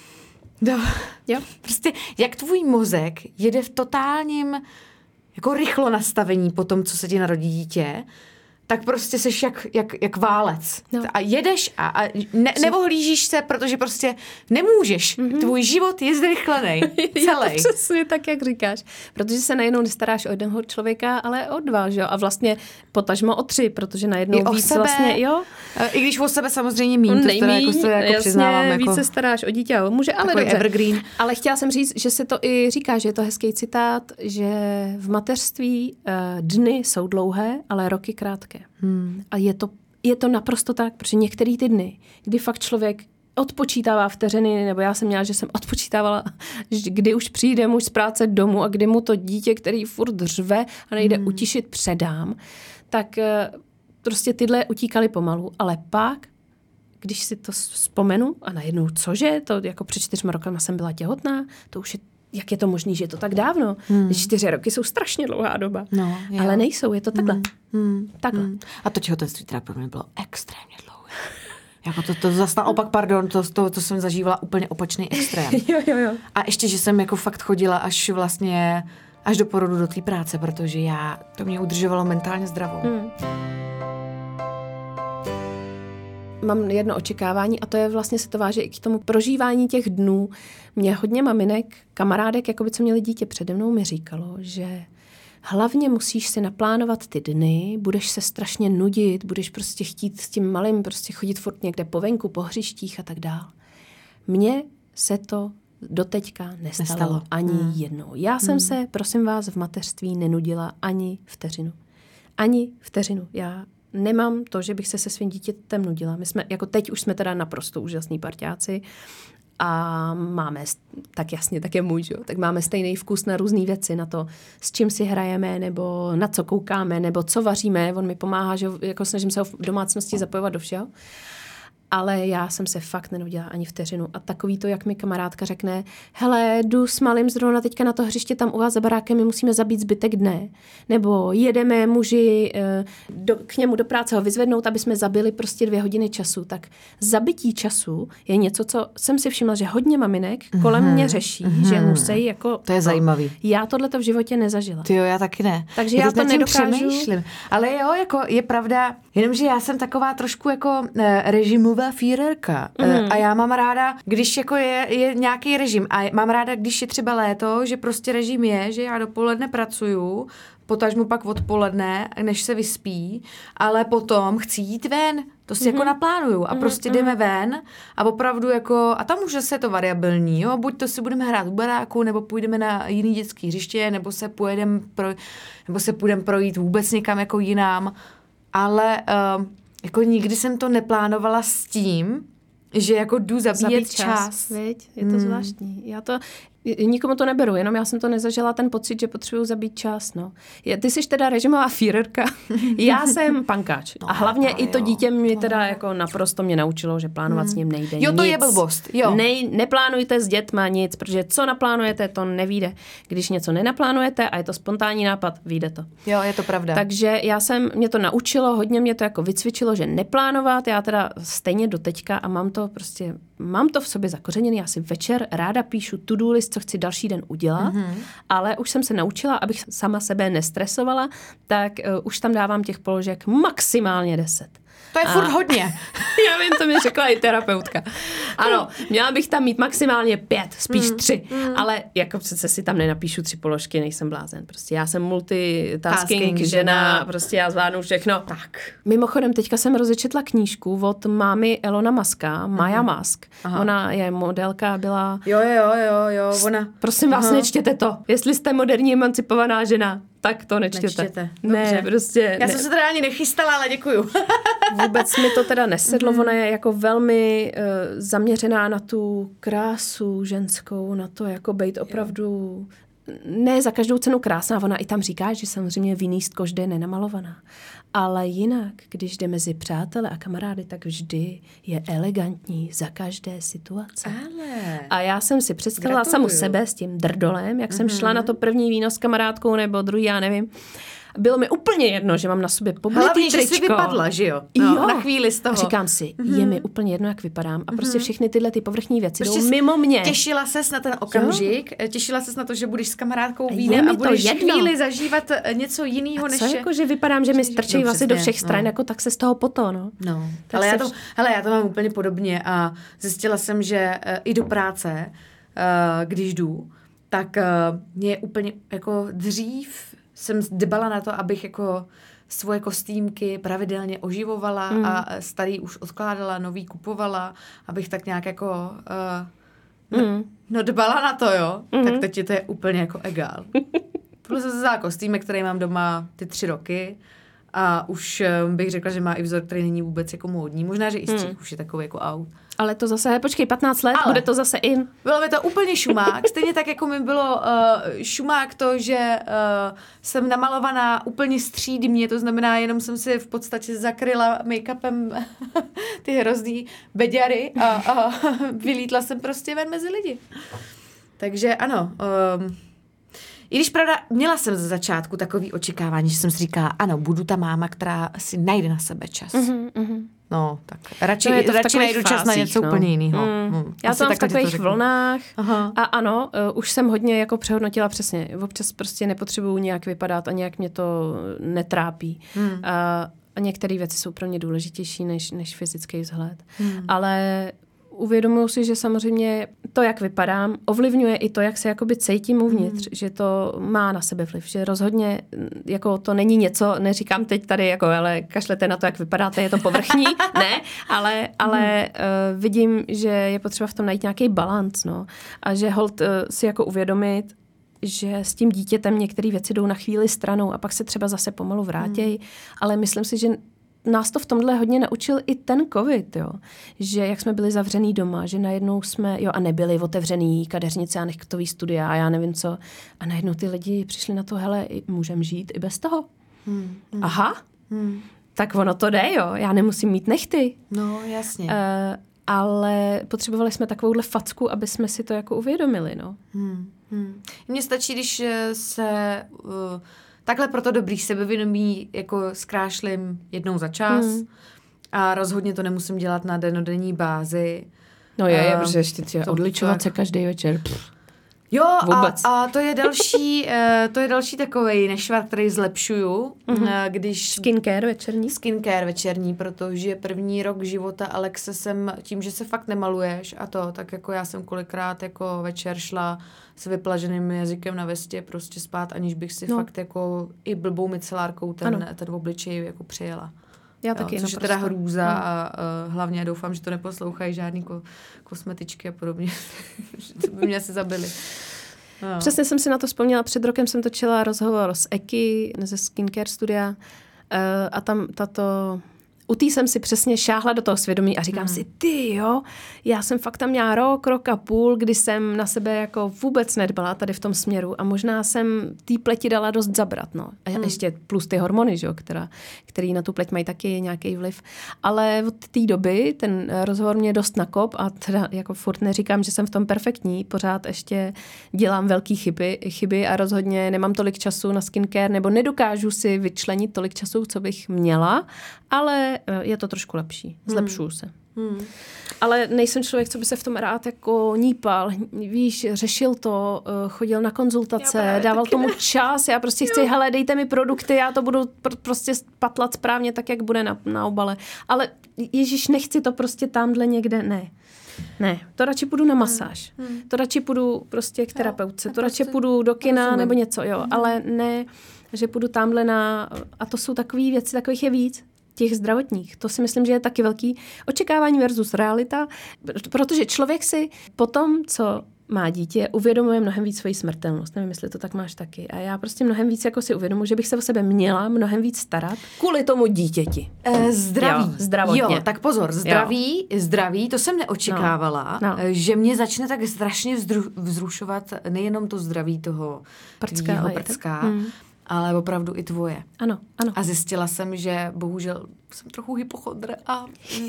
Jo. Prostě jak tvůj mozek jede v totálním jako rychlo nastavení po tom, co se ti narodí dítě, tak prostě seš jak válec. No. A jedeš a neohlížíš se, protože prostě nemůžeš. Tvůj život je zrychlený. Celý. Přesně tak, jak říkáš. Protože se najednou nestaráš o jednoho člověka, ale o 2, že jo? A vlastně potažmo o 3, protože najednou víc sebe, vlastně, jo. I když o sebe samozřejmě míň, to jako přiznávám. Jako víc se staráš o dítě a o muže, ale dobře. Evergreen. Ale chtěla jsem říct, že se to i říká, že je to hezký citát, že v mateřství dny jsou dlouhé, ale roky krátké. A je to naprosto tak, protože některé ty dny, kdy fakt člověk odpočítává vteřiny, nebo já jsem měla, že jsem odpočítávala, kdy už přijde muž z práce domů a kdy mu to dítě, který furt řve a nejde utišit, předám, tak prostě tyhle utíkaly pomalu. Ale pak, když si to vzpomenu a najednou cože, to jako před 4 rokama jsem byla těhotná, to už je jak je to možný, že je to tak dávno? 4 roky jsou strašně dlouhá doba. No, ale nejsou, je to takhle. Takhle. A to těhotenství teda pro mě bylo extrémně dlouhé. Jako to zase naopak, pardon, to jsem zažívala úplně opačný extrém. Jo. A ještě, že jsem jako fakt chodila až do porodu do té práce, protože to mě udržovalo mentálně zdravou. Mám jedno očekávání a to je vlastně se to váže i k tomu prožívání těch dnů. Mě hodně maminek, kamarádek, jakoby co měli dítě přede mnou, mi říkalo, že hlavně musíš si naplánovat ty dny, budeš se strašně nudit, budeš prostě chtít s tím malým prostě chodit furt někde po venku, po hřištích a tak dál. Mně se to doteďka nestalo ani jednou. Já jsem se, prosím vás, v mateřství nenudila ani vteřinu. Ani vteřinu. Já nemám to, že bych se svým dítětem nudila. My jsme, jako teď už jsme teda naprosto úžasní parťáci a máme, tak jasně, tak je můj, jo? Tak máme stejný vkus na různé věci, na to, s čím si hrajeme, nebo na co koukáme, nebo co vaříme. On mi pomáhá, že jako snažím se ho v domácnosti zapojovat do všeho. Ale já jsem se fakt nenudila ani vteřinu. A takový to, jak mi kamarádka řekne, hele, jdu s malým zrovna teďka na to hřiště tam u vás za barákem, my musíme zabít zbytek dne. Nebo jedeme muži k němu do práce ho vyzvednout, aby jsme zabili prostě 2 hodiny času. Tak zabití času je něco, co jsem si všimla, že hodně maminek kolem mě řeší, že musí jako... To je zajímavý. Já tohleto v životě nezažila. Tyjo, já taky ne. Takže já to nedokážu. Přemýšlím. Ale jo, jako je pravda, jenomže já jsem taková trošku jako režimová Führerka. A já mám ráda, když jako je nějaký režim a mám ráda, když je třeba léto, že prostě režim je, že já dopoledne pracuju, potažmu pak odpoledne, než se vyspí, ale potom chci jít ven. To si jako naplánuju a prostě jdeme ven a opravdu jako, a tam už zase je to variabilní, jo, buď to si budeme hrát u baráku, nebo půjdeme na jiný dětský hřiště, nebo se půjdeme projít vůbec někam jako jinam, ale jako nikdy jsem to neplánovala s tím, že jako jdu zabít čas. Viď? Je to zvláštní. Já to nikomu to neberu, jenom já jsem to nezažila ten pocit, že potřebuju zabít čas. No. Ty jsi teda režimová Führerka, já jsem pankáč. A hlavně i to dítě mě teda jako naprosto mě naučilo, že plánovat s ním nejde. Jo, to nic. je blbost. Jo. Neplánujte s dětma nic, protože co naplánujete, to nevyjde. Když něco nenaplánujete a je to spontánní nápad, vyjde to. Jo, je to pravda. Takže mě to naučilo, hodně mě to jako vycvičilo, že neplánovat, já teda stejně do teďka a mám to v sobě zakořeněné. Já si večer ráda píšu to-do list, co chci další den udělat, ale už jsem se naučila, abych sama sebe nestresovala, tak už tam dávám těch položek maximálně 10. To je furt hodně. Já vím, to mi řekla i terapeutka. Ano, měla bych tam mít maximálně 5, spíš 3, ale jako přece si tam nenapíšu 3 položky, nejsem blázen. Prostě já jsem multitasking žena, prostě já zvládnu všechno. Tak. Mimochodem, teďka jsem rozečetla knížku od mámy Elona Muska, Maya Musk. Ona je modelka, byla... Jo, ona... Prosím vás, nečtěte to. Jestli jste moderní emancipovaná žena, tak to nečtěte. Ne, prostě... Já jsem se teda ani nechystala, ale děkuju. Vůbec mi to teda nesedlo, ona je jako velmi zaměřená na tu krásu ženskou, na to jako být opravdu... Ne za každou cenu krásná, ona i tam říká, že samozřejmě vinístko vždy je nenamalovaná. Ale jinak, když jde mezi přátele a kamarády, tak vždy je elegantní za každé situace. Ale... A já jsem si představila samu sebe s tím drdolem, jak jsem šla na to první víno s kamarádkou nebo druhý, já nevím. Bylo mi úplně jedno, že mám na sobě poblitý tričko. Hlavně, že jsi vypadla, že jo? No, jo. Na chvíli z toho. A říkám si, je mi úplně jedno, jak vypadám. A prostě všechny tyhle ty povrchní věci jdou mimo mě. Těšila ses na ten okamžik, těšila ses na to, že budeš s kamarádkou vínem a budeš chvíli zažívat něco jiného, než... A co jako, že vypadám, že mi strčí vlasy do všech stran, jako tak se z toho poto, no. Ale já to mám úplně podobně a zjistila jsem, že i do práce, když jdu, tak mě úplně jako dřív jsem dbala na to, abych jako svoje kostýmky pravidelně oživovala a starý už odkládala, nový kupovala, abych tak nějak jako dbala na to, jo. Tak teď je to je úplně jako egál. Plus jsem vzala kostýmek, který mám doma ty 3 roky a už bych řekla, že má i vzor, který není vůbec jako módní. Možná, že i střih už je takový jako out. Ale to zase, počkej, 15 let, bude to zase in. Bylo mi to úplně šumák. Stejně tak, jako mi bylo šumák to, že jsem namalovaná úplně střídmě, to znamená, jenom jsem si v podstatě zakryla make-upem ty hrozný beďary a vylítla jsem prostě ven mezi lidi. Takže ano, i když pravda, měla jsem ze začátku takový očekávání, že jsem si říkala, ano, budu ta máma, která si najde na sebe čas. No, tak radši najdu čas na něco úplně jiného. Já to mám v takových vlnách a ano, už jsem hodně jako přehodnotila přesně. Občas prostě nepotřebuju nějak vypadat a nějak mě to netrápí. A některé věci jsou pro mě důležitější než fyzický vzhled. Ale uvědomuji si, že samozřejmě to, jak vypadám, ovlivňuje i to, jak se jakoby cítím uvnitř, že to má na sebe vliv, že rozhodně jako to není něco, neříkám teď tady jako, ale kašlete na to, jak vypadáte, je to povrchní, ne, ale vidím, že je potřeba v tom najít nějaký balanc, no, a že holt si jako uvědomit, že s tím dítětem některé věci jdou na chvíli stranou a pak se třeba zase pomalu vrátějí, ale myslím si, že nás to v tomhle hodně naučil i ten covid, jo. Že jak jsme byli zavřený doma, že najednou jsme, a nebyli otevřený kadeřnice a nechtový studia a já nevím co. A najednou ty lidi přišli na to, hele, můžem žít i bez toho. Aha, tak ono to jde, jo. Já nemusím mít nechty. No, jasně. Ale potřebovali jsme takovouhle facku, aby jsme si to jako uvědomili, no. Mně stačí, když se takhle proto dobrý sebevědomí jako zkrášlím jednou za čas a rozhodně to nemusím dělat na dennodenní bázi. No protože ještě odličovat se každý večer. Jo, a to je další takovej nešvar, který zlepšuju, když... Skincare večerní, protože první rok života Alexe jsem, tím, že se fakt nemaluješ tak jako já jsem kolikrát jako večer šla s vyplaženým jazykem na vestě prostě spát, aniž bych si fakt jako i blbou micelárkou ten obličej jako přijela. Já taky což je teda hrůza a hlavně doufám, že to neposlouchají žádný kosmetičky a podobně, že by mě asi zabili. No. Přesně jsem si na to vzpomněla. Před rokem jsem točila rozhovor s Eki ze Skincare studia a tam u tý jsem si přesně šáhla do toho svědomí a říkám si, já jsem fakt tam měla rok a půl, kdy jsem na sebe jako vůbec nedbala tady v tom směru a možná jsem té pleti dala dost zabrat, no. A ještě plus ty hormony, že jo, který na tu pleť mají taky nějaký vliv. Ale od té doby ten rozhovor mě dost nakop a teda jako furt neříkám, že jsem v tom perfektní, pořád ještě dělám velký chyby a rozhodně nemám tolik času na skincare nebo nedokážu si vyčlenit tolik času, co bych měla, ale je to trošku lepší. Zlepšuju se. Ale nejsem člověk, co by se v tom rád jako nípal. Víš, řešil to, chodil na konzultace, dával tomu čas. Já prostě chci, hele, dejte mi produkty, já to budu prostě patlat správně tak, jak bude na obale. Ale ježiš, nechci to prostě tamhle někde, ne, to radši půjdu na masáž. To radši půjdu prostě k terapeutce. To radši půjdu do kina nebo něco, ale ne, že půjdu tamhle a to jsou takové věci, takových je víc. Těch zdravotních. To si myslím, že je taky velký očekávání versus realita, protože člověk si po tom, co má dítě, uvědomuje mnohem víc svoji smrtelnost. Nevím, jestli to tak máš taky. A já prostě mnohem víc jako si uvědomuji, že bych se o sebe měla mnohem víc starat kvůli tomu dítěti. Zdraví. Zdravotně. Jo, tak pozor, zdraví, to jsem neočekávala, že mě začne tak strašně vzrušovat nejenom to zdraví toho prcka, ale opravdu i tvoje. Ano. A zjistila jsem, že bohužel jsem trochu hypochondr a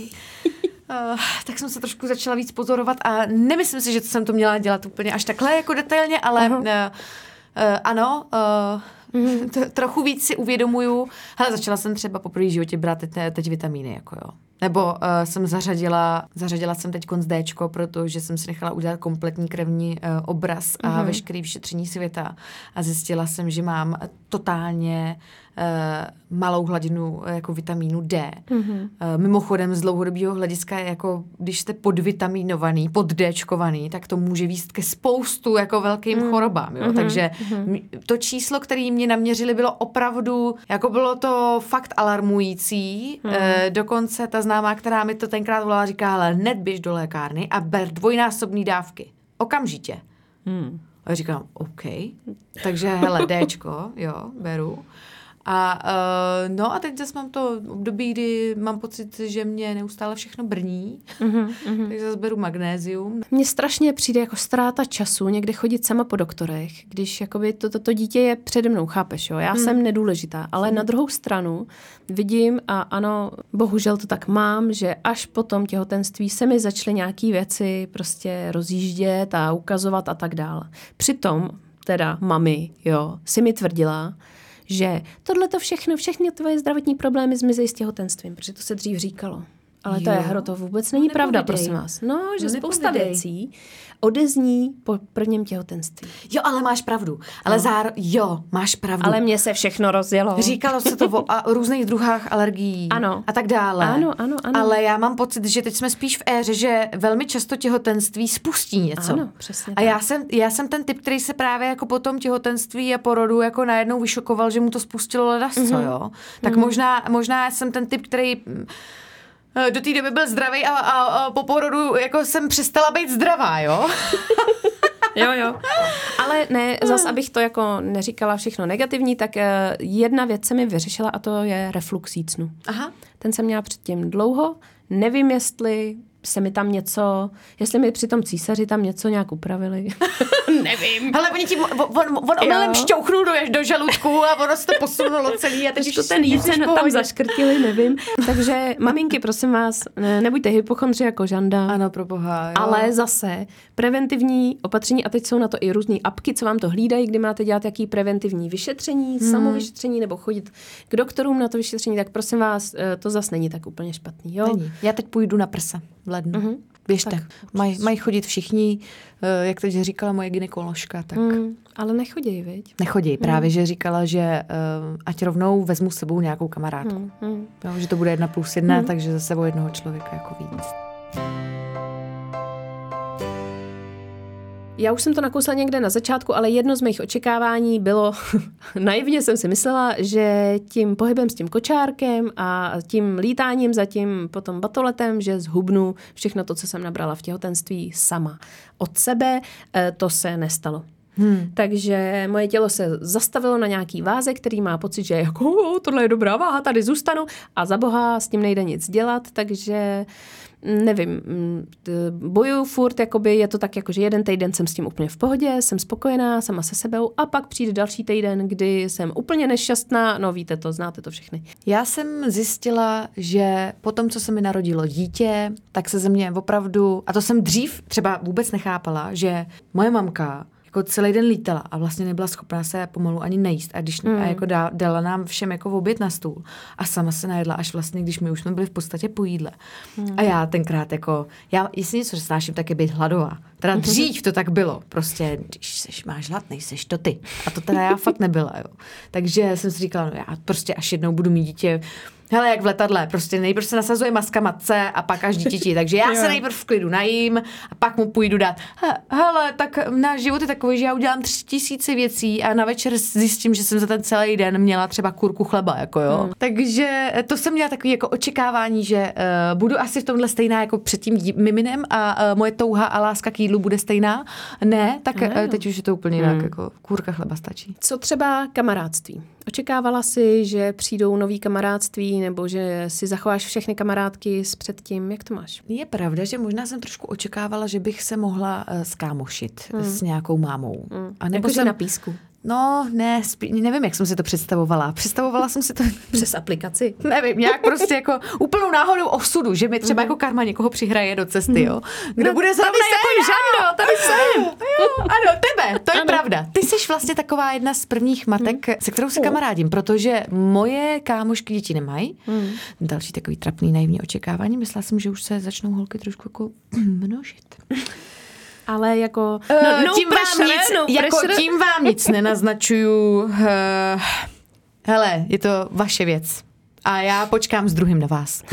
tak jsem se trošku začala víc pozorovat a nemyslím si, že jsem to měla dělat úplně až takhle jako detailně, ale ano, trochu víc si uvědomuju. Hele, začala jsem třeba poprvé v životě brát teď vitamíny, jako jo. Nebo jsem zařadila jsem teď Déčko, protože jsem si nechala udělat kompletní krevní obraz a veškerý vyšetření světa. A zjistila jsem, že mám totálně malou hladinu jako vitamínu D. Mimochodem z dlouhodobého hlediska, jako když jste podvitaminovaný, poddéčkovaný, tak to může vést ke spoustu jako velkým chorobám. Jo? Takže to číslo, které mě naměřili, bylo opravdu, jako bylo to fakt alarmující. Dokonce ta známá, která mi to tenkrát volala, říká, ale hned běž do lékárny a ber dvojnásobný dávky. Okamžitě. A říkám, OK. Takže hele, Déčko, jo, beru. A teď zase mám to období, kdy mám pocit, že mě neustále všechno brní, takže zase beru magnézium. Mně strašně přijde jako ztráta času někde chodit sama po doktorech, když jakoby to dítě je přede mnou, chápeš, jo? Já jsem nedůležitá, ale na druhou stranu vidím a ano, bohužel to tak mám, že až po tom těhotenství se mi začaly nějaký věci prostě rozjíždět a ukazovat a tak dále. Přitom teda mami, si mi tvrdila, že tohleto všechny tvoje zdravotní problémy zmizejí s těhotenstvím, protože to se dřív říkalo. Ale to vůbec není pravda, prosím vás. No, že spousta věcí odezní po prvním těhotenství. Jo, ale máš pravdu. Ale máš pravdu. Ale mně se všechno rozjelo. Říkalo se to o různých druhách alergií a tak dále. Ano. Ale já mám pocit, že teď jsme spíš v éře, že velmi často těhotenství spustí něco. Ano, přesně. A já jsem ten typ, který se právě jako po tom těhotenství a porodu jako najednou vyšokoval, že mu to spustilo ledasco, jo. Tak možná jsem ten typ, který do té doby byl zdravý a po porodu jako jsem přestala být zdravá, jo? Jo. Ale ne, zas abych to jako neříkala všechno negativní, tak jedna věc se mi vyřešila a to je reflux jícnu. Aha. Ten jsem měla předtím dlouho. Nevím, jestli se mi tam něco, jestli mi při tom císaři tam něco nějak upravili. Nevím. Hele, oni ti, on omylem šťouchnul do žaludku a ono se to posunulo celý a teď to ten jícen tam zaškrtili, nevím. Takže maminky, prosím vás, nebuďte hypochondři jako Žanda. Ano, proboha. Jo. Ale zase preventivní opatření, a teď jsou na to i různý apky, co vám to hlídají, kdy máte dělat jaký preventivní vyšetření, samovyšetření nebo chodit k doktorům na to vyšetření, tak prosím vás, to zase není tak úplně špatný. Jo? Není. Já teď půjdu na prsa v lednu. Běžte. Mají chodit všichni, jak teď říkala moje gynekoložka, tak... Ale nechodí, viď? Nechodí, právě, že říkala, že ať rovnou vezmu s sebou nějakou kamarádku. Jo, že to bude 1+1, takže zase o jednoho člověka jako víc. Já už jsem to nakousla někde na začátku, ale jedno z mých očekávání bylo, naivně jsem si myslela, že tím pohybem s tím kočárkem a tím lítáním za tím potom batoletem, že zhubnu všechno to, co jsem nabrala v těhotenství sama od sebe, to se nestalo. Takže moje tělo se zastavilo na nějaký váze, který má pocit, že jako tohle je dobrá váha, tady zůstanu a za boha s tím nejde nic dělat, takže nevím, bojuju furt, jakoby je to tak, jako, že jeden týden jsem s tím úplně v pohodě, jsem spokojená sama se sebou a pak přijde další týden, kdy jsem úplně nešťastná, no víte to, znáte to všechny. Já jsem zjistila, že po tom, co se mi narodilo dítě, tak se ze mě opravdu, a to jsem dřív třeba vůbec nechápala, že moje mamka jako celý den lítala a vlastně nebyla schopná se pomalu ani nejíst. A když a jako dala nám všem jako oběd na stůl a sama se najedla, až vlastně, když my už jsme byli v podstatě po jídle. A já tenkrát jako, jestli něco snáším, tak je být hladová. Teda dřív to tak bylo. Prostě, když máš hlad, nejseš to ty. A to teda já fakt nebyla, jo. Takže jsem si říkala, no já prostě až jednou budu mít dítě, hele, jak v letadle, prostě nejprve se nasazuje maska matce a pak až dítěti. Takže já se nejprve v klidu najím a pak mu půjdu dát. Hele, tak náš život je takový, že já udělám 3000 věcí a na večer zjistím, že jsem za ten celý den měla třeba kurku chleba, jako jo. Takže to jsem měla takový jako očekávání, že budu asi v tomhle stejná jako před tím miminem a moje touha a láska k jídlu bude stejná. Ne, tak teď už je to úplně jinak, jako kurka chleba stačí. Co třeba kamarádství? Očekávala jsi, že přijdou nový kamarádství nebo že si zachováš všechny kamarádky s předtím? Jak to máš? Je pravda, že možná jsem trošku očekávala, že bych se mohla skámošit s nějakou mámou. A nebo jako na písku. No, ne, nevím, jak jsem si to představovala. Představovala jsem si to přes aplikaci. Nevím, nějak prostě jako úplnou náhodou osudu, že mi třeba jako karma někoho přihraje do cesty, jo. Kdo bude zrovna jako Žando, tady jsem. Jo, ano, tebe, to je pravda. Ty jsi vlastně taková jedna z prvních matek, se kterou se kamarádím, protože moje kámošky děti nemají. Další takový trapný naivní očekávání. Myslela jsem, že už se začnou holky trošku jako množit. Ale jako tím vám nic nenaznačuju. Hele, je to vaše věc. A já počkám s druhým na vás.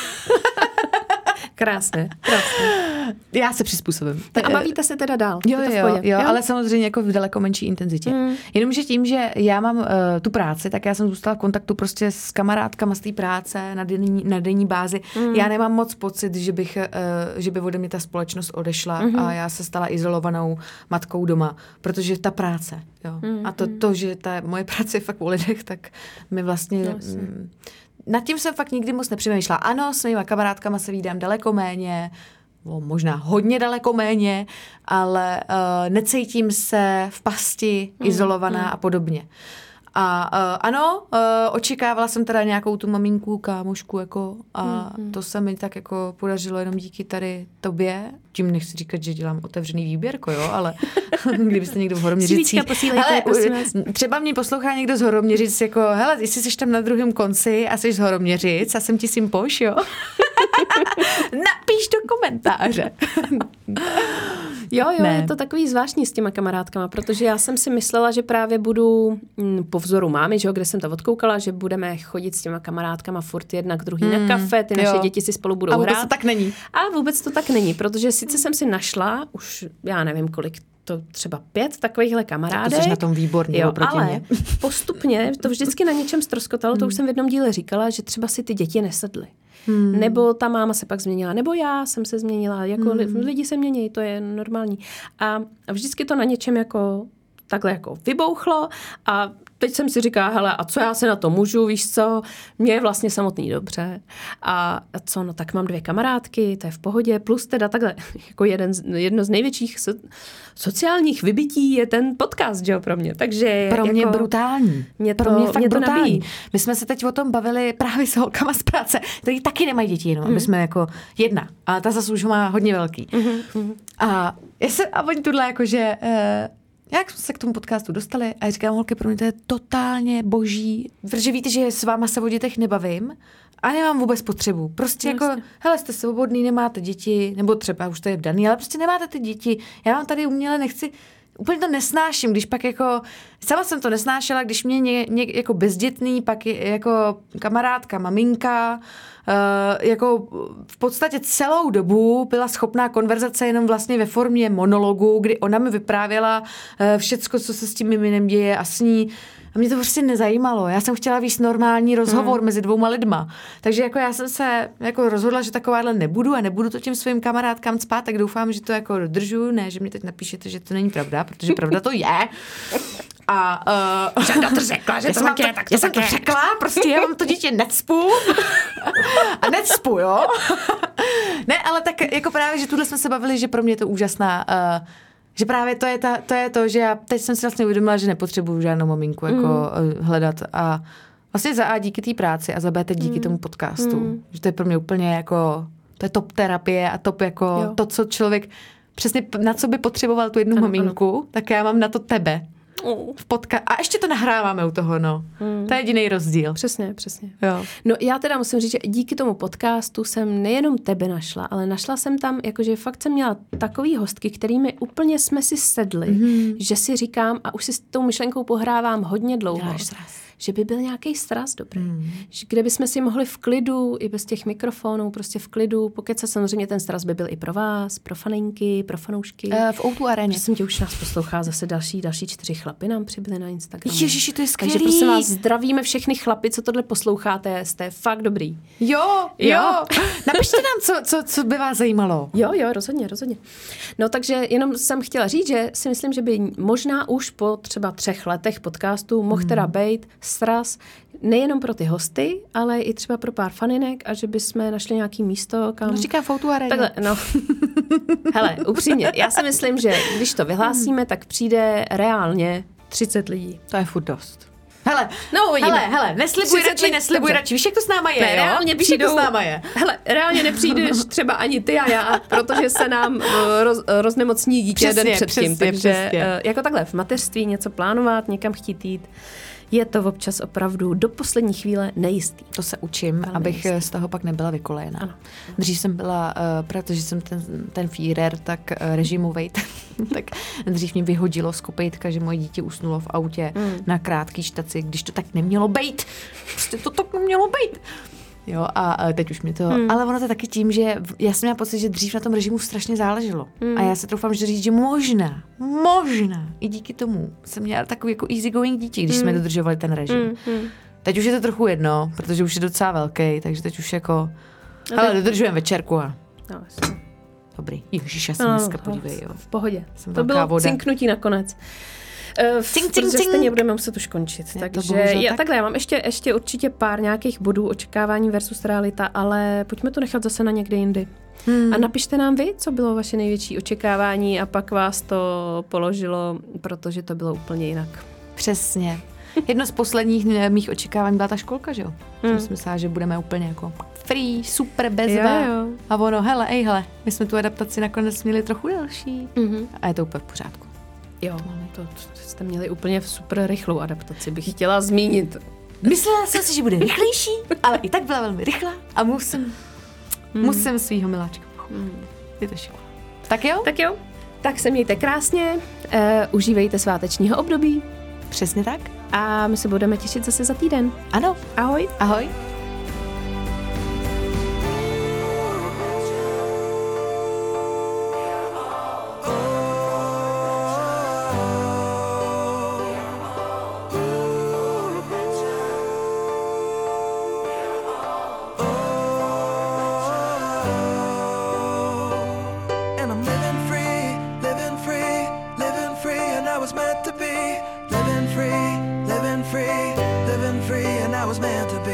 Krásné. Já se přizpůsobím. A bavíte se teda dál? Jo, ale samozřejmě jako v daleko menší intenzitě. Jenomže tím, že já mám tu práci, tak já jsem zůstala v kontaktu prostě s kamarádkama z té práce na denní bázi. Já nemám moc pocit, že by ode mě ta společnost odešla a já se stala izolovanou matkou doma, protože ta práce, jo. A to, že ta moje práce je fakt o lidech, tak mi vlastně... Nad tím jsem fakt nikdy moc nepřemýšlela. Ano, s mýma kamarádkama se vídám daleko méně, možná hodně daleko méně, ale necítím se v pasti, izolovaná a podobně. A ano, očekávala jsem teda nějakou tu maminku, kámošku, jako, a to se mi tak jako podařilo jenom díky tady tobě. Tím nechci říkat, že dělám otevřený výběrko, jo, ale kdybyste někdo v Horoměřicích... Třeba mě poslouchá někdo z Horoměřic, jako, hele, jestli jsi tam na druhém konci a jsi z Horoměřic a jsem ti sympoš, jo? Napiš do komentáře. Jo, je to takový zvláštní s těma kamarádkama, protože já jsem si myslela, že právě budu po vzoru mámy, že jo, kde jsem to odkoukala, že budeme chodit s těma kamarádkama furt jedna k druhý na kafe, ty naše děti si spolu budou hrát. A vůbec to tak není. A vůbec to tak není, protože sice jsem si našla, už já nevím kolik, to třeba 5 takovýchhle kamarádek. Tak to jsi na tom výborně, jo, ale mě. Postupně to vždycky na něčem ztroskotalo, to už jsem v jednom díle říkala, že třeba si ty děti nesedly. Nebo ta máma se pak změnila, nebo já jsem se změnila, jako lidi se mění, to je normální. A vždycky to na něčem jako takhle jako vybouchlo a teď jsem si říkala, hele, a co já se na to můžu, víš co, mě je vlastně samotný dobře. A co, no tak mám 2 kamarádky, to je v pohodě, plus teda takhle, jako jedno z největších sociálních vybití je ten podcast, že jo, pro mě. Takže pro mě jako, brutální. Pro mě fakt brutální. My jsme se teď o tom bavili právě s holkama z práce, který taky nemají děti, jenom, aby jsme jako jedna. A ta zase už má hodně velký. A oni tuhle jakože... Jak jsme se k tomu podcastu dostali a já říkám, holky, pro mě to je totálně boží, protože víte, že s váma se o dětech nebavím a nemám vůbec potřebu. Prostě jako, hele, jste svobodný, nemáte děti, nebo třeba už to je daný, ale prostě nemáte ty děti. Já vám tady uměle nechci, úplně to nesnáším, když pak jako, sama jsem to nesnášela, když mě jako bezdětný, pak jako kamarádka, maminka, jako v podstatě celou dobu byla schopná konverzace jenom vlastně ve formě monologu, kdy ona mi vyprávěla všecko, co se s tím miminem děje a s ní. A mě to prostě nezajímalo. Já jsem chtěla víc normální rozhovor mezi 2 lidma. Takže jako já jsem se jako rozhodla, že takováhle nebudu a nebudu to těm svým kamarádkám cpát, tak doufám, že to jako dodržu. Ne, že mi teď napíšete, že to není pravda, protože pravda to je. A Žanda to řekla, že to tak je, tak to já jsem to řekla, prostě já vám to dítě necpu. A necpu, jo? Ne, ale tak jako právě, že tuhle jsme se bavili, že pro mě je to úžasná, že právě to je to, že já teď jsem si vlastně uvědomila, že nepotřebuju žádnou maminku jako hledat a vlastně za A díky té práci a za B teď díky tomu podcastu. Že to je pro mě úplně jako, to je top terapie a top jako to, co člověk přesně na co by potřeboval tu jednu maminku, tak já mám na to tebe. A ještě to nahráváme u toho, no. To je jediný rozdíl. Přesně. Jo. No já teda musím říct, že díky tomu podcastu jsem nejenom tebe našla, ale našla jsem tam, jakože fakt jsem měla takový hostky, kterými úplně jsme si sedli, že si říkám, a už si s tou myšlenkou pohrávám hodně dlouho, že by byl nějaký sraz dobrý. Kde bychom si mohli v klidu, i bez těch mikrofonů, prostě v klidu, pokud se samozřejmě ten sraz by byl i pro vás, pro faninky, pro fanoušky. V O2 aréně. Že jsem tě už nás poslouchá zase další 4 chlapy nám přibyly na Instagramu. Ježiši, to je skvělý. Takže prosím vás, zdravíme všechny chlapy, co tohle posloucháte, jste fakt dobrý. Jo. Napište nám, co by vás zajímalo. Jo, rozhodně. No takže jenom jsem chtěla říct, že si myslím, že by možná už po třeba 3 letech podcastu mohl teda bejt sraz nejenom pro ty hosty, ale i třeba pro pár faninek a že bychom našli nějaký místo, kam... No říkám v O2 aréně. Takhle, no. Hele, upřímně, já si myslím, že když to vyhlásíme, tak přijde reálně 30 lidí. To je furt dost. Hele, neslibuj radši. Víš, jak to s náma je, ne, reálně Víš, jak to s náma je. Hele, reálně nepřijdeš třeba ani ty a já, protože se nám roznemocní dítě den předtím. Takže jako takhle v mateřství něco plánovat, někam chtít jít, je to občas opravdu do poslední chvíle nejistý. To se učím, abych z toho pak nebyla vykolejena. Ano. Dřív jsem byla, protože jsem ten Führer, tak režimovej, tak dřív mě vyhodilo z kopejtka, že moje dítě usnulo v autě na krátký štaci, když to tak nemělo bejt. Prostě to tak nemělo bejt. Jo, a teď už mě to... Ale ono to je taky tím, že já jsem měla pocit, že dřív na tom režimu strašně záleželo. A já se troufám, že říct, že možná, i díky tomu jsem měla takový jako easy going dítě, když jsme dodržovali ten režim. Teď už je to trochu jedno, protože už je docela velký, takže teď už jako... Ale dodržujeme večerku a... No, jasně. Dobrý. Ježiš, já se dneska podívej, jo. V pohodě. Jsem to bylo voda. Cinknutí nakonec. Protože stejně budeme muset už končit. Takže takhle, já mám ještě určitě pár nějakých bodů očekávání versus realita, ale pojďme to nechat zase na někde jindy. A napište nám vy, co bylo vaše největší očekávání a pak vás to položilo, protože to bylo úplně jinak. Přesně. Jedno z posledních mých očekávání byla ta školka, že jo? Jsem si myslela, že budeme úplně jako free, super, bezva. Jo. A ono, hele, my jsme tu adaptaci nakonec měli trochu delší. A je to úplně v pořádku. Jo, to jste měli úplně super rychlou adaptaci, bych chtěla zmínit. Myslela jsem si, že bude rychlejší, ale i tak byla velmi rychlá a musím svýho miláčka pochopit. Je to škola. Tak jo? Tak se mějte krásně, užívejte svátečního období. Přesně tak. A my se budeme těšit zase za týden. Ano. Ahoj. Ahoj. was meant to be living free, living free, living free, and I was meant to be.